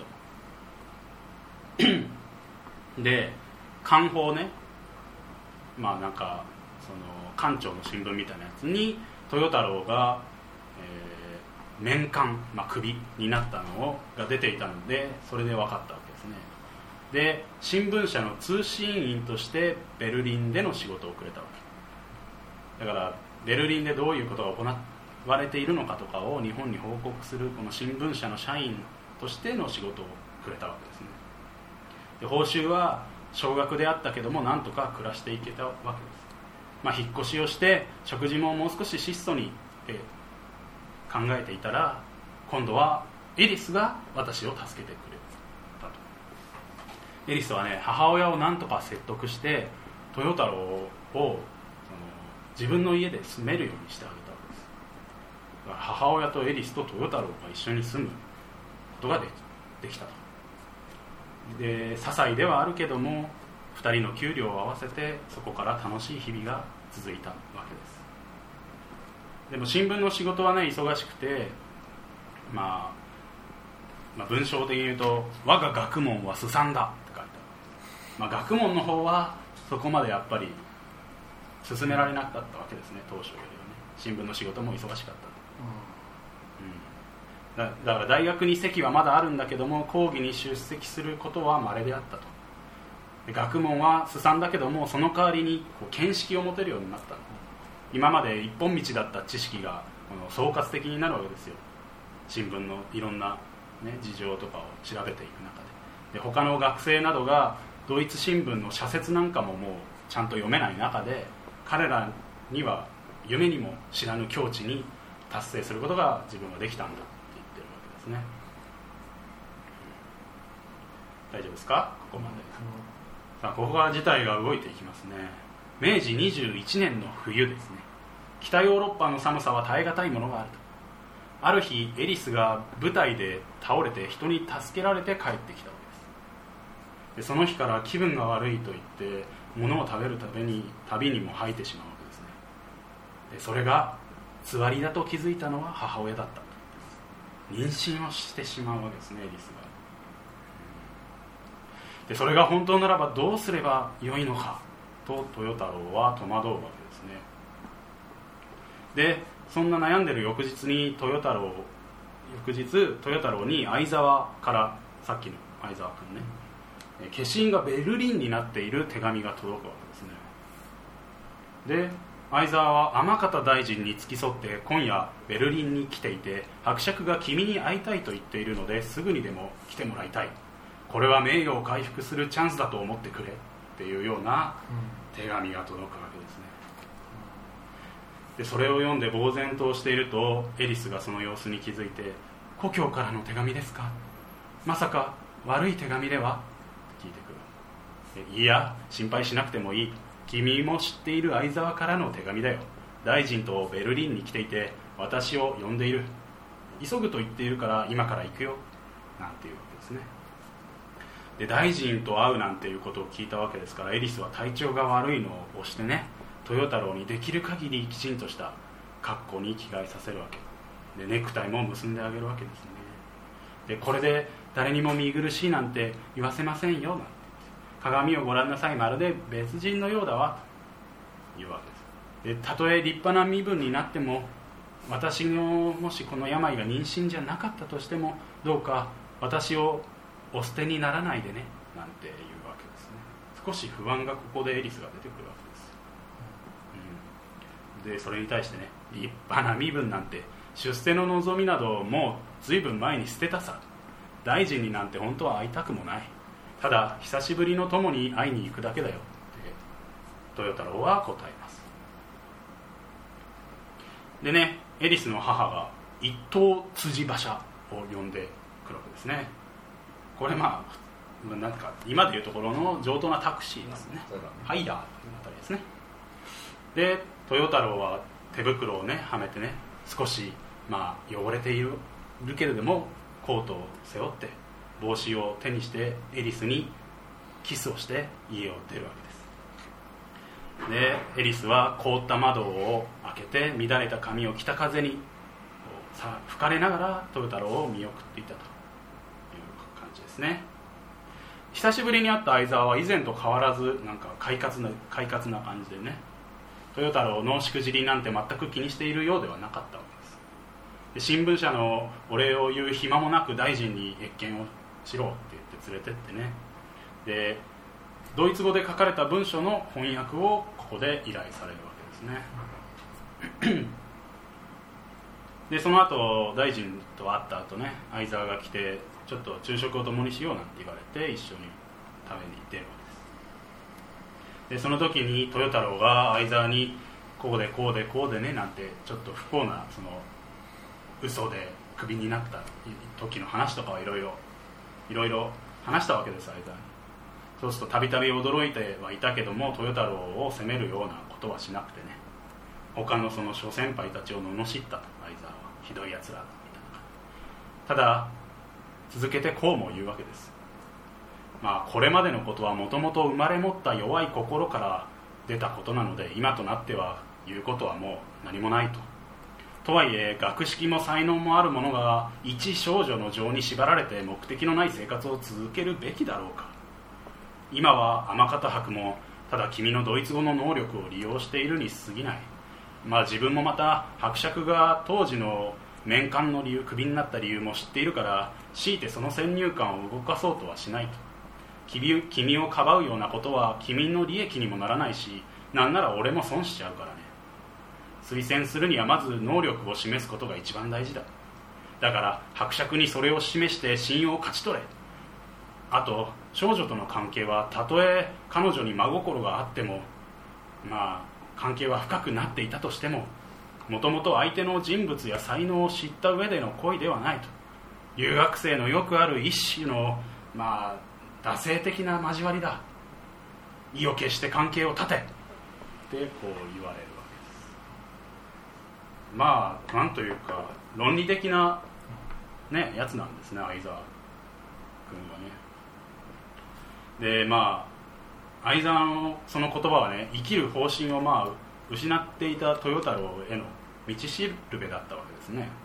A: 人で、官報ね、なんかその官庁の新聞みたいなやつに豊太郎が、 面冠、首になったのが出ていたので、それで分かったわけですね。で新聞社の通信員としてベルリンでの仕事をくれたわけだから、ベルリンでどういうことが行われているのかとかを日本に報告するこの新聞社の社員としての仕事をくれたわけですね。で報酬は少額であったけどもなんとか暮らしていけたわけです。引っ越しをして食事ももう少し質素に考えていたら、今度はエリスが私を助けてくれたと。エリスはね、母親をなんとか説得して豊太郎を自分の家で住めるようにしてあげたわけです。だから母親とエリスと豊太郎が一緒に住むことができたと。で些細ではあるけども2人の給料を合わせてそこから楽しい日々が続いたわけです。でも新聞の仕事はね忙しくて、文章的に言うと我が学問はすさんだって書いてある。学問の方はそこまでやっぱり進められなかったわけですね、当初よりはね。新聞の仕事も忙しかったと、だから大学に席はまだあるんだけども講義に出席することは稀であったと。で学問はすさんだけどもその代わりに見識を持てるようになった。今まで一本道だった知識が総括的になるわけですよ。新聞のいろんな、事情とかを調べていく中で。他の学生などがドイツ新聞の社説なんかももうちゃんと読めない中で、彼らには夢にも知らぬ境地に達成することが自分はできたんだって言ってるわけですね。大丈夫ですか、ここまで。さあここから事態が動いていきますね。明治21年の冬ですね。北ヨーロッパの寒さは耐え難いものがあると。ある日エリスが舞台で倒れて人に助けられて帰ってきたわけです。でその日から気分が悪いと言って物を食べるたびにも吐いてしまうわけですね。でそれがつわりだと気づいたのは母親だったと。妊娠をしてしまうわけですね、エリスが。でそれが本当ならばどうすればよいのかと豊太郎は戸惑うわけですね。でそんな悩んでる翌日豊太郎に相沢から、さっきの相沢君ね、化身がベルリンになっている手紙が届くわけですね。で相沢は天方大臣に付き添って今夜ベルリンに来ていて、伯爵が君に会いたいと言っているのですぐにでも来てもらいたい、これは名誉を回復するチャンスだと思ってくれっていうような手紙が届くわけですね。でそれを読んで呆然としているとエリスがその様子に気づいて、故郷からの手紙ですか、まさか悪い手紙ではって聞いてくる。いや心配しなくてもいい、君も知っている相沢からの手紙だよ、大臣とベルリンに来ていて私を呼んでいる、急ぐと言っているから今から行くよなんていうわけですね。で大臣と会うなんていうことを聞いたわけですから、エリスは体調が悪いのを押してね、豊太郎にできる限りきちんとした格好に着替えさせるわけで、ネクタイも結んであげるわけですね。でこれで誰にも見苦しいなんて言わせませんよなんて、鏡をご覧なさい、まるで別人のようだわというわけです。でたとえ立派な身分になっても、私のもしこの病が妊娠じゃなかったとしても、どうか私をお捨てにならないでねなんていうわけですね。少し不安がここでエリスが出てくるわけです。でそれに対してね、立派な身分なんて出世の望みなどもう随分前に捨てたさ、大臣になんて本当は会いたくもない、ただ久しぶりの友に会いに行くだけだよって豊太郎は答えます。でね、エリスの母が一等辻馬車を呼んでくるわけですね。これなんか今でいうところの上等なタクシーですね、ハイヤーというあたりですね。で豊太郎は手袋をねはめてね、少し汚れているけれどもコートを背負って帽子を手にしてエリスにキスをして家を出るわけです。でエリスは凍った窓を開けて乱れた髪を北風に吹かれながら豊太郎を見送っていたという感じですね。久しぶりに会った相沢は以前と変わらずなんか快活な感じでね、豊太郎のしくじりなんて全く気にしているようではなかったわけです。 で新聞社のお礼を言う暇もなく大臣に謁見をしろって言って連れてってね、でドイツ語で書かれた文書の翻訳をここで依頼されるわけですねでその後大臣と会った後ね、相沢が来てちょっと昼食を共にしようなんて言われて一緒に食べに出るわけです。でその時に豊太郎が相沢にこうでこうでこうでねなんてちょっと不幸なその嘘でクビになった時の話とかはいろいろ話したわけです、相沢に。そうするとたびたび驚いてはいたけども豊太郎を責めるようなことはしなくてね、他のその諸先輩たちを罵ったと、相沢はひどいやつらだみたいな。ただ続けてこうも言うわけです。まあこれまでのことはもともと生まれ持った弱い心から出たことなので今となっては言うことはもう何もないと。とはいえ学識も才能もある者が一少女の情に縛られて目的のない生活を続けるべきだろうか。今は天方伯もただ君のドイツ語の能力を利用しているに過ぎない。まあ自分もまた伯爵が当時の免官の理由、クビになった理由も知っているから強いてその先入観を動かそうとはしないと。君をかばうようなことは君の利益にもならないし、なんなら俺も損しちゃうからね。推薦するにはまず能力を示すことが一番大事だ。だから伯爵にそれを示して信用を勝ち取れ。あと少女との関係はたとえ彼女に真心があっても、まあ関係は深くなっていたとしてももともと相手の人物や才能を知った上での恋ではないと。留学生のよくある一種のまあ惰性的な交わりだ。意を決して関係を断てってこう言われる。まあなんというか論理的な、ね、やつなんですね、相沢君はね。でまあ相沢のその言葉はね、生きる方針をまあ失っていた豊太郎への道しるべだったわけですね。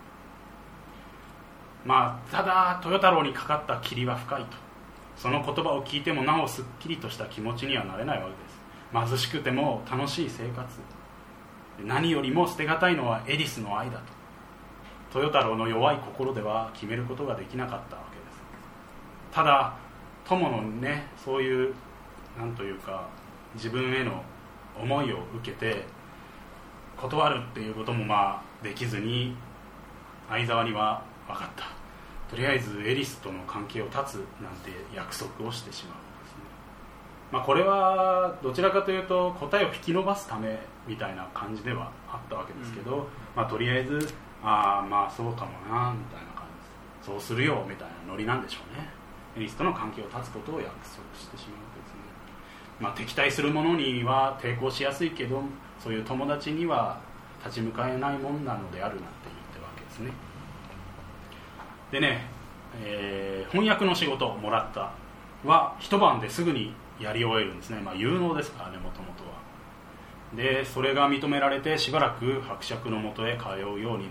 A: まあただ豊太郎にかかった霧は深いと。その言葉を聞いてもなおすっきりとした気持ちにはなれないわけです。貧しくても楽しい生活、何よりも捨てがたいのはエディスの愛だと。豊太郎の弱い心では決めることができなかったわけです。ただ友のね、そういうなんというか自分への思いを受けて断るっていうこともまあできずに、相沢には分かった、とりあえずエリスとの関係を断つなんて約束をしてしまうんですね。まあ、これはどちらかというと答えを引き伸ばすためみたいな感じではあったわけですけど、まあ、とりあえずまあそうかもなみたいな感じです。そうするよみたいなノリなんでしょうね。エリスとの関係を断つことを約束してしまうわけですね。まあ、敵対する者には抵抗しやすいけど、そういう友達には立ち向かえないもんなのであるなんて言ってるわけですね。でね、翻訳の仕事をもらったは一晩ですぐにやり終えるんですね。まあ、有能ですからね、もともとは。でそれが認められてしばらく伯爵のもとへ通うようになるわけですね。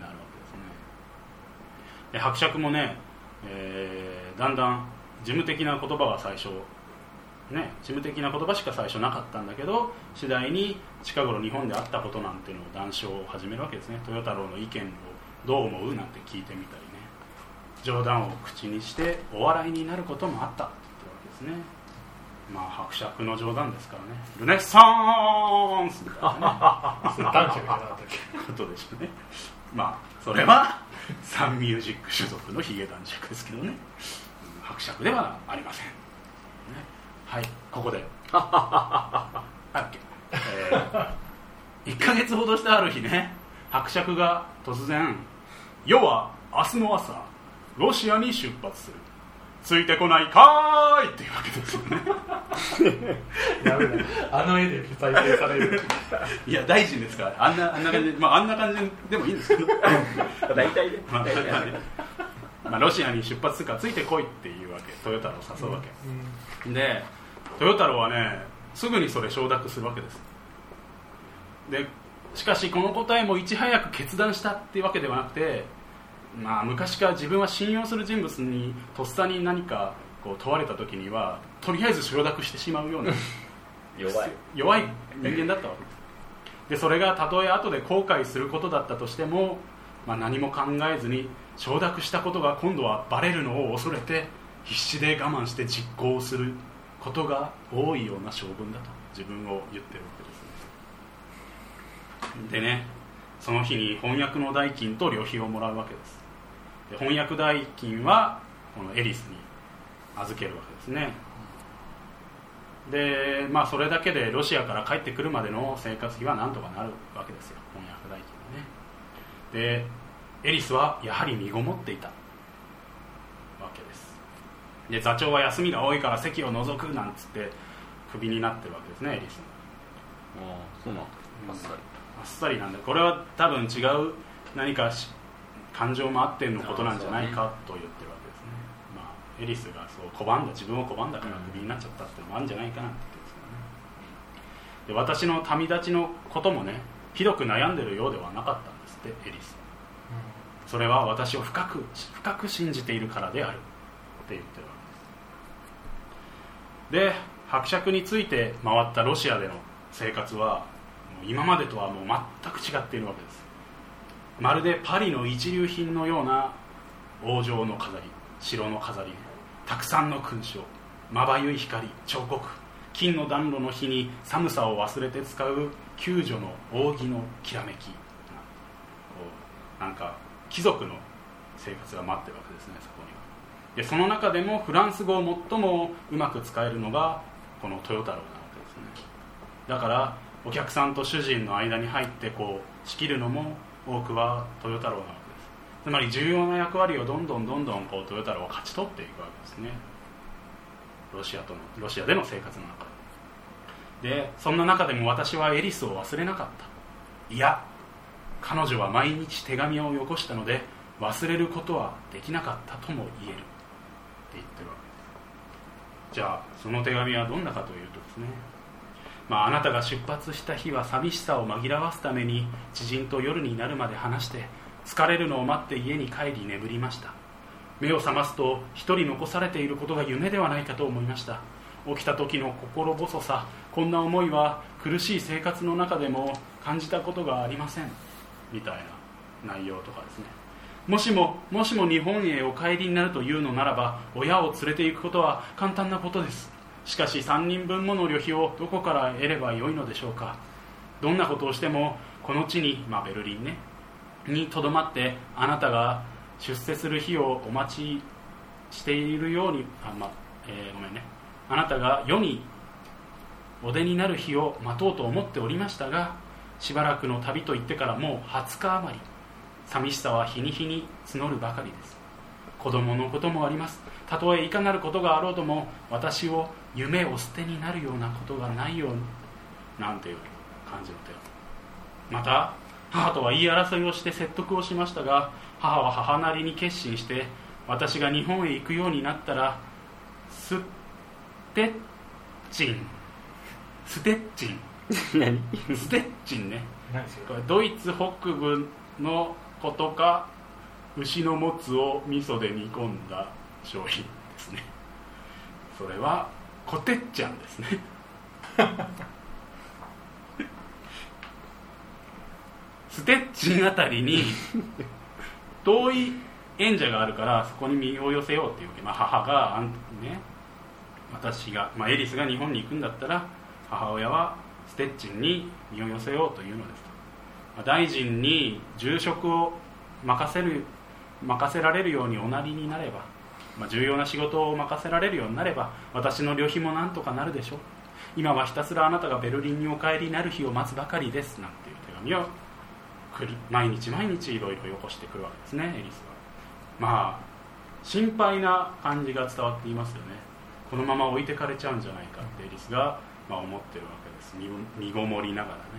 A: で伯爵もね、だんだん事務的な言葉が最初ね、事務的な言葉しか最初なかったんだけど、次第に近頃日本であったことなんていうのを談笑を始めるわけですね。豊太郎の意見をどう思うなんて聞いてみたりね、冗談を口にしてお笑いになることもあったって言ってるわけですね。まあ伯爵の冗談ですからね、ルネッサンスみたいなね
C: 男爵じゃなかったっけ
A: ことでしょうね。まあそれはサンミュージック所属のヒゲ男爵ですけどね、伯爵ではありません、ね、はい、ここであっけ、1ヶ月ほどしてある日ね、伯爵が突然世は明日の朝ロシアに出発する、ついてこないかーいっていうわけですよね
C: やめだ、あの絵で再生される
A: いや大臣ですから、あんな感じ、まあ、あんな感じでもいいんですけど
B: 大体ね、
A: まあ、ロシアに出発するからついてこいっていうわけ、豊太郎を誘うわけ、で豊太郎はねすぐにそれ承諾するわけです。でしかしこの答えもいち早く決断したっていうわけではなくて、まあ、昔から自分は信用する人物にとっさに何かこう問われた時にはとりあえず承諾してしまうような弱い人間だったわけです。でそれがたとえ後で後悔することだったとしても、 何も考えずに承諾したことが今度はバレるのを恐れて必死で我慢して実行することが多いような性分だと自分を言ってるわけですね。でね、その日に翻訳の代金と旅費をもらうわけです。で翻訳代金はこのエリスに預けるわけですね。でそれだけでロシアから帰ってくるまでの生活費はなんとかなるわけですよ、翻訳代金はね。でエリスはやはり身ごもっていたわけです。で座長は休みが多いから席を除くなんつってクビになってるわけですね、エリス
B: ああ、そうなんだ。あっさり
A: あっさりなんで、これは多分違う何か感情もあってのことなんじゃないかと言ってるわけですね。エリスが自分を拒んだからクビになっちゃったっていうのもあるんじゃないかなって言ってるんですけどね。で私の民立ちのこともね、ひどく悩んでるようではなかったんですってエリス。それは私を深く信じているからであるって言ってるわけです。で伯爵について回ったロシアでの生活は今までとはもう全く違っているわけです。まるでパリの一流品のような王城の飾り、城の飾り、たくさんの勲章、まばゆい光、彫刻、金の暖炉の火に寒さを忘れて使う宮女の扇のきらめき、なんか貴族の生活が待ってるわけですね、そこには。でその中でもフランス語を最もうまく使えるのがこの豊太郎なわけですね。だからお客さんと主人の間に入って仕切るのも多くは豊太郎なわけです。つまり重要な役割をどんどん豊太郎を勝ち取っていくわけですね、ロシアでの生活の中で。そんな中でも私はエリスを忘れなかった。いや、彼女は毎日手紙をよこしたので忘れることはできなかったとも言えるって言ってるわけです。じゃあその手紙はどんなかというとですね、あなたが出発した日は寂しさを紛らわすために知人と夜になるまで話して疲れるのを待って家に帰り眠りました。目を覚ますと一人残されていることが夢ではないかと思いました。起きた時の心細さ、こんな思いは苦しい生活の中でも感じたことがありません、みたいな内容とかですね。もしも日本へお帰りになるというのならば親を連れて行くことは簡単なことです。しかし3人分もの旅費をどこから得ればよいのでしょうか。どんなことをしてもこの地に、ベルリンねにとどまってあなたが出世する日をお待ちしているようにあなたが世にお出になる日を待とうと思っておりましたが、しばらくの旅といってからもう20日余り、寂しさは日に日に募るばかりです。子供のこともあります。たとえいかなることがあろうとも私を夢を捨てになるようなことがないように、なんていう感じの手を。また母とは言い争いをして説得をしましたが、母は母なりに決心して私が日本へ行くようになったらステッチンね、これドイツ北部のことか牛のもつを味噌で煮込んだ商品ですね。それはコテッチャンですねステッチンあたりに遠い縁者があるからそこに身を寄せようっていうわけ、母が私が、エリスが日本に行くんだったら母親はステッチンに身を寄せようというのですと。大臣に住職を任せられるようにおなりになれば、重要な仕事を任せられるようになれば私の旅費もなんとかなるでしょう。今はひたすらあなたがベルリンにお帰りになる日を待つばかりですなんていう手紙を毎日いろいろよこしてくるわけですね、エリスは。心配な感じが伝わっていますよね。このまま置いてかれちゃうんじゃないかってエリスが思ってるわけです。身ごもりながらね。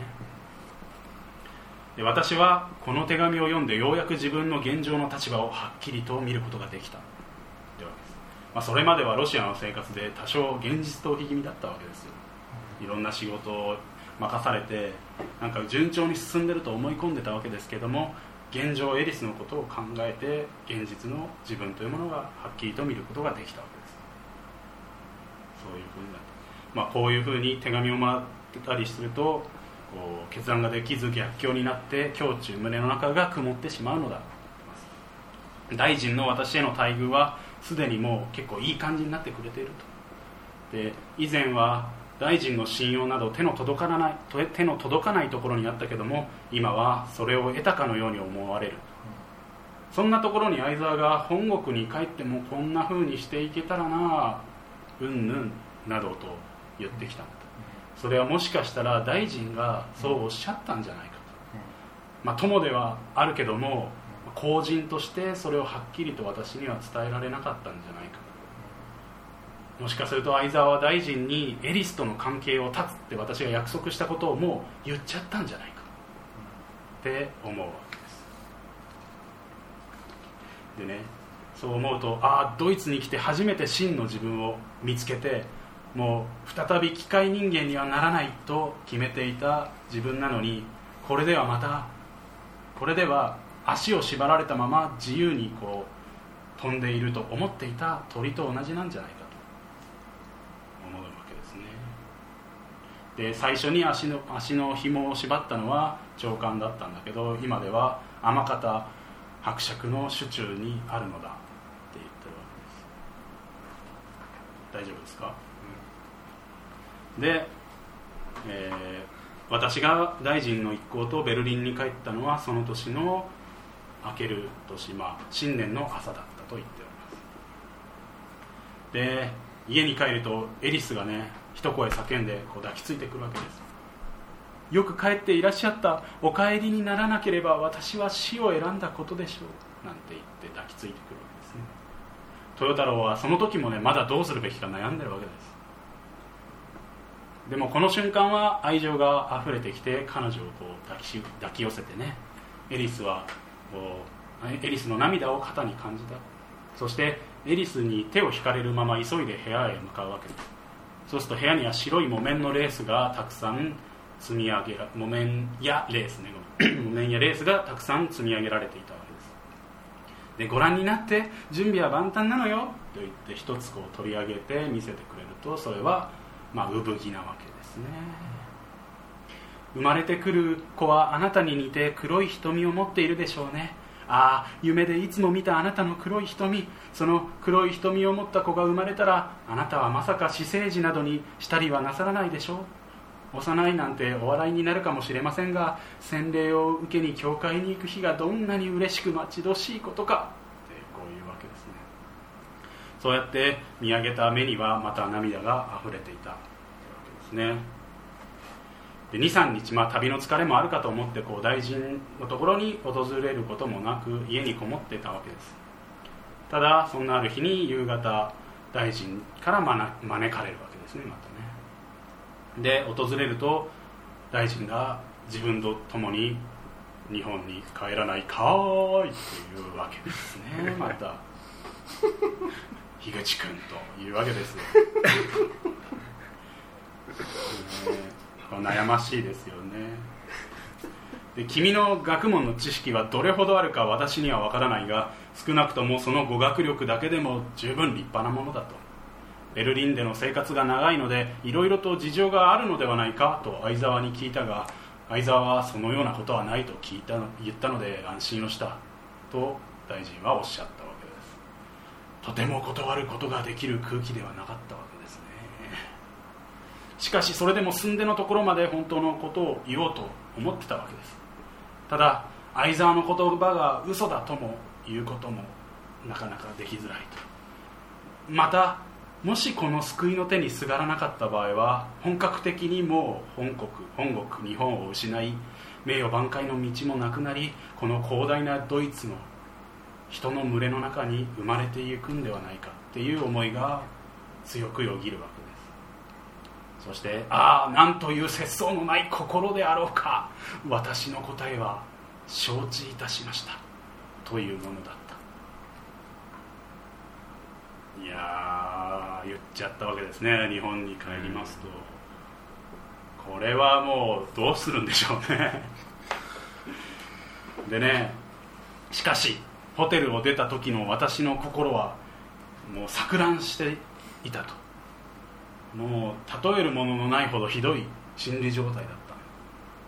A: で私はこの手紙を読んでようやく自分の現状の立場をはっきりと見ることができたってわけです。それまではロシアの生活で多少現実逃避気味だったわけですよ。いろんな仕事を任されて順調に進んでると思い込んでたわけですけども、現状エリスのことを考えて現実の自分というものがはっきりと見ることができたわけです。そういうふうになった。こういうふうに手紙をもらってたりするとこう決断ができず逆境になって胸中胸の中が曇ってしまうのだ。大臣の私への待遇はすでにもう結構いい感じになってくれていると。で以前は大臣の信用など手の届かないところにあったけども、今はそれを得たかのように思われる。そんなところに相沢が本国に帰ってもこんな風にしていけたらな、うんぬんなどと言ってきた。それはもしかしたら大臣がそうおっしゃったんじゃないかと。友ではあるけども公人としてそれをはっきりと私には伝えられなかったんじゃないか。もしかすると相沢は大臣にエリスとの関係を断つって私が約束したことをもう言っちゃったんじゃないかって思うわけです。でね、そう思うと、ドイツに来て初めて真の自分を見つけて、もう再び機械人間にはならないと決めていた自分なのに、これでは足を縛られたまま自由にこう飛んでいると思っていた鳥と同じなんじゃないかと思うわけですね。で最初に足の紐を縛ったのは長官だったんだけど、今では天方伯爵の手中にあるのだって言ってるわけです。大丈夫ですか？で、私が大臣の一行とベルリンに帰ったのはその年の明ける年、新年の朝だったと言っております。で家に帰るとエリスがね一声叫んでこう抱きついてくるわけです。よく帰っていらっしゃった、お帰りにならなければ私は死を選んだことでしょうなんて言って抱きついてくるわけですね。豊太郎はその時もねまだどうするべきか悩んでるわけです。でもこの瞬間は愛情が溢れてきて彼女をこう抱き寄せてね、エリスの涙を肩に感じた。そしてエリスに手を引かれるまま急いで部屋へ向かうわけです。そうすると部屋には白い木綿のレースがたくさん積み上げら木綿やレースがたくさん積み上げられていたわけです。でご覧になって準備は万端なのよと言って一つこう取り上げて見せてくれると、それは産着なわけですね。生まれてくる子はあなたに似て黒い瞳を持っているでしょうね。夢でいつも見たあなたの黒い瞳、その黒い瞳を持った子が生まれたらあなたはまさか私生児などにしたりはなさらないでしょう。幼いなんてお笑いになるかもしれませんが、洗礼を受けに教会に行く日がどんなに嬉しく待ち遠しいことかってこういうわけですね。そうやって見上げた目にはまた涙が溢れていたわけですね。で 2,3 日、旅の疲れもあるかと思ってこう大臣のところに訪れることもなく家にこもっていたわけです。ただそんなある日に夕方大臣から招かれるわけですね。またね。で訪れると大臣が自分と共に日本に帰らないかーいというわけですね。また樋口君というわけですよ。悩ましいですよね。で君の学問の知識はどれほどあるか私には分からないが、少なくともその語学力だけでも十分立派なものだと。ベルリンでの生活が長いのでいろいろと事情があるのではないかと相沢に聞いたが、相沢はそのようなことはないと言ったので安心をしたと大臣はおっしゃったわけです。とても断ることができる空気ではなかったわけですね。しかしそれでも寸出のところまで本当のことを言おうと思ってたわけです。ただ相沢の言葉が嘘だとも言うこともなかなかできづらいと。またもしこの救いの手にすがらなかった場合は本格的にもう本国日本を失い、名誉挽回の道もなくなり、この広大なドイツの人の群れの中に生まれていくんではないかっていう思いが強くよぎるわけです。そしてなんという節操のない心であろうか、私の答えは承知いたしましたというものだった。いや言っちゃったわけですね。日本に帰りますと、これはもうどうするんでしょうね。でね、しかしホテルを出た時の私の心はもう錯乱していたと。もう例えるもののないほどひどい心理状態だった。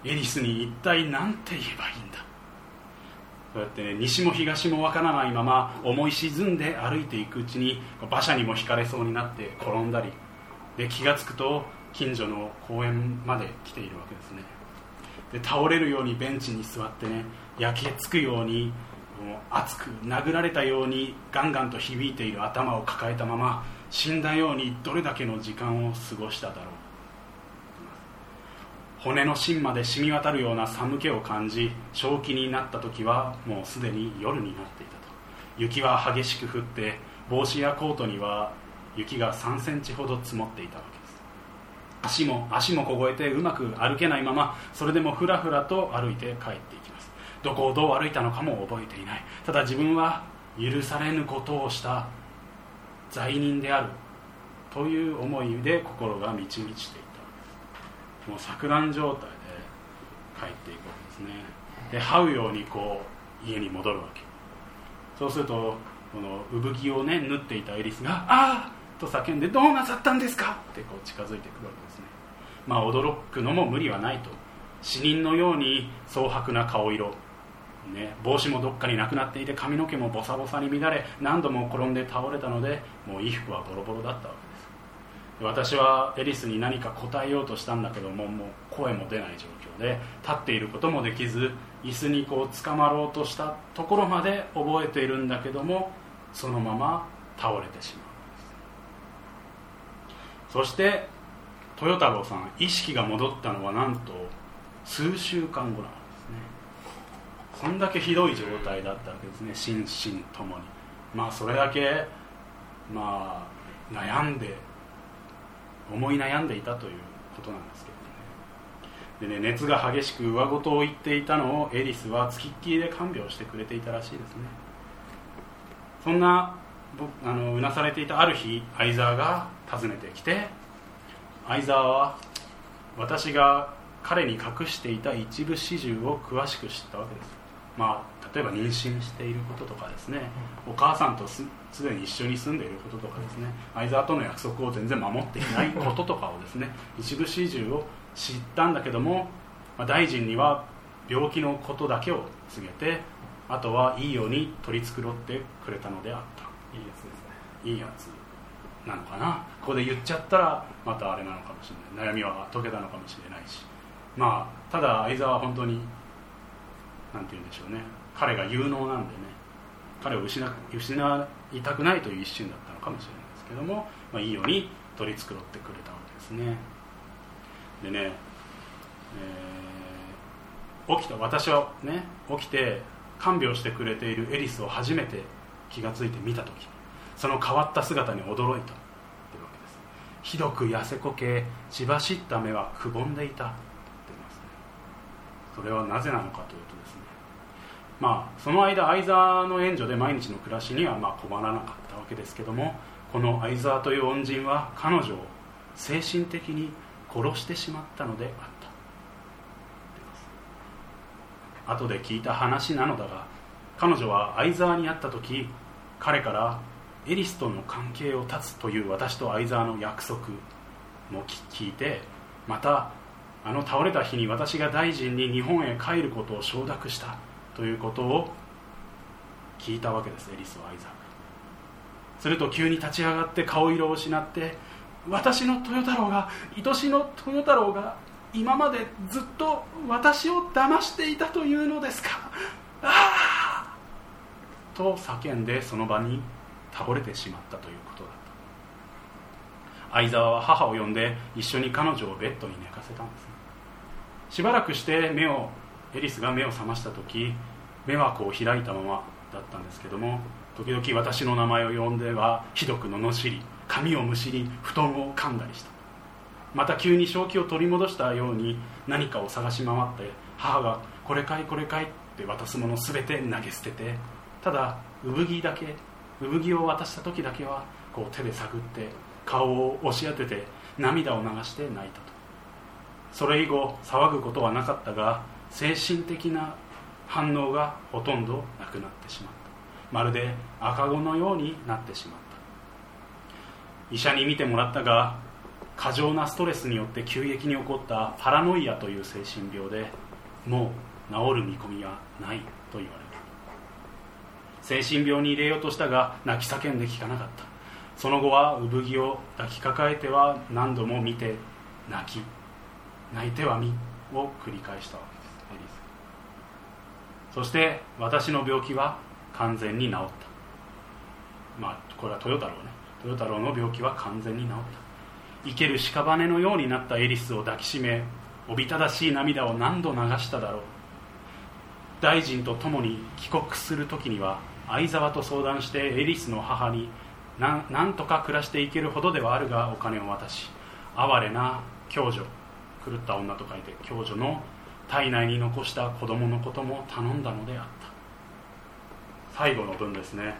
A: エリスに一体何て言えばいいんだ。こうやってね、西も東もわからないまま思い沈んで歩いていくうちに馬車にもひかれそうになって転んだりで、気がつくと近所の公園まで来ているわけですね。で倒れるようにベンチに座ってね、焼けつくように熱く殴られたようにガンガンと響いている頭を抱えたまま死んだようにどれだけの時間を過ごしただろう。骨の芯まで染み渡るような寒気を感じ、正気になった時はもうすでに夜になっていたと。雪は激しく降って帽子やコートには雪が3センチほど積もっていたわけです。足も凍えてうまく歩けないまま、それでもふらふらと歩いて帰っていきます。どこをどう歩いたのかも覚えていない。ただ自分は許されぬことをした罪人であるという思いで心が満ち満ちていた。もう錯乱状態で帰っていくわけですね。で這うようにこう家に戻るわけ。そうするとこの産着をね縫っていたエリスがあーと叫んで、どうなさったんですかってこう近づいてくるわけですね。まあ驚くのも無理はないと。死人のように蒼白な顔色、ね、帽子もどっかになくなっていて髪の毛もボサボサに乱れ、何度も転んで倒れたのでもう衣服はボロボロだったわけです。私はエリスに何か答えようとしたんだけども、もう声も出ない状況で立っていることもできず、椅子にこう捕まろうとしたところまで覚えているんだけども、そのまま倒れてしまう。そして豊太郎さん、意識が戻ったのはなんと数週間後なんですね。そんだけひどい状態だったわけですね、心身ともに。まあそれだけまあ思い悩んでいたということなんですけどね。でね、熱が激しく上言を言っていたのをエリスはつきっきりで看病してくれていたらしいですね。そんなうなされていたある日、相沢が訪ねてきて、相沢は私が彼に隠していた一部始終を詳しく知ったわけです。まあ例えば妊娠していることとかですね、お母さんとすでに一緒に住んでいることとかですね、相沢との約束を全然守っていないこととかをですね一部始終を知ったんだけども、大臣には病気のことだけを告げて、あとはいいように取り繕ってくれたのであった。
C: いいやつです
A: い
C: ね。
A: いやつなのかな。ここで言っちゃったらまたあれなのかもしれない、悩みは解けたのかもしれないし、まあただ相沢は本当になんて言うんでしょうね、彼が有能なんでね、彼を失いたくないという一心だったのかもしれないですけども、いいように取り繕ってくれたわけですね。でね、私はね起きて看病してくれているエリスを初めて気がついて見たとき、その変わった姿に驚いたというわけです。ひどく痩せこけ血走った目はくぼんでいたと言いますね。それはなぜなのかというとですね、その間相沢の援助で毎日の暮らしには困らなかったわけですけども、この相沢という恩人は彼女を精神的に殺してしまったのであった。後で聞いた話なのだが、彼女は相沢に会った時、彼からエリスとの関係を断つという私と相沢の約束も聞いて、また倒れた日に私が大臣に日本へ帰ることを承諾したということを聞いたわけです、エリスは相沢。すると急に立ち上がって顔色を失って、私の豊太郎が、愛しの豊太郎が今までずっと私を騙していたというのですか、ああと叫んでその場に倒れてしまったということだった。相沢は母を呼んで一緒に彼女をベッドに寝かせたんですね。しばらくしてエリスが目を覚ました時、目はこう開いたままだったんですけども、時々私の名前を呼んではひどく罵り、髪をむしり、布団を噛んだりした。また急に正気を取り戻したように何かを探し回って、母がこれかいこれかいって渡すものすべて投げ捨てて、ただ産着を渡した時だけはこう手で探って顔を押し当てて涙を流して泣いたと。それ以後騒ぐことはなかったが、精神的な反応がほとんどなくなってしまった。まるで赤子のようになってしまった。医者に診てもらったが、 過剰なストレスによって急激に起こったパラノイアという精神病で、もう治る見込みはないと言われる。精神病に入れようとしたが泣き叫んで聞かなかった。その後は産着を抱きかかえては何度も見て泣いては見を繰り返したわけです。エリス。そして私の病気は完全に治った。これは豊太郎の病気は完全に治った。生ける屍のようになったエリスを抱きしめ、おびただしい涙を何度流しただろう。大臣と共に帰国する時には相沢と相談してエリスの母になんとか暮らしていけるほどではあるがお金を渡し、哀れな狂女、狂った女と書いて狂女の体内に残した子供のことも頼んだのであった。最後の文ですね。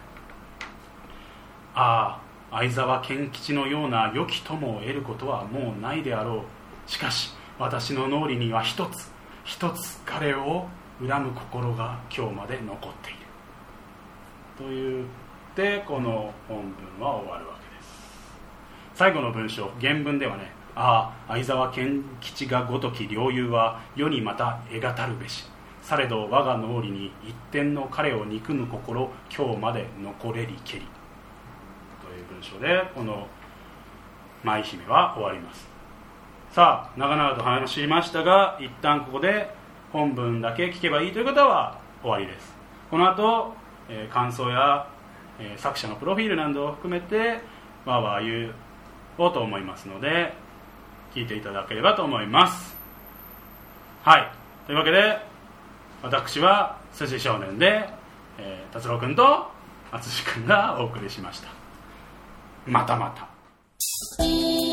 A: 相沢賢吉のような良き友を得ることはもうないであろう。しかし私の脳裏には一つ彼を恨む心が今日まで残っていると言ってこの本文は終わるわけです。最後の文章、原文ではね、相沢賢吉がごとき良友は世にまた得がたるべし。されど我が脳裏に一点の彼を憎む心今日まで残れりけりという文章でこの舞姫は終わります。さあ長々と話しましたが、一旦ここで本文だけ聞けばいいという方は終わりです。この後、感想や、作者のプロフィールなどを含めてわーわー言おうと思いますので聞いていただければと思います。はい、というわけで私は筋少年で、達郎くんと淳くんがお送りしました。またまた。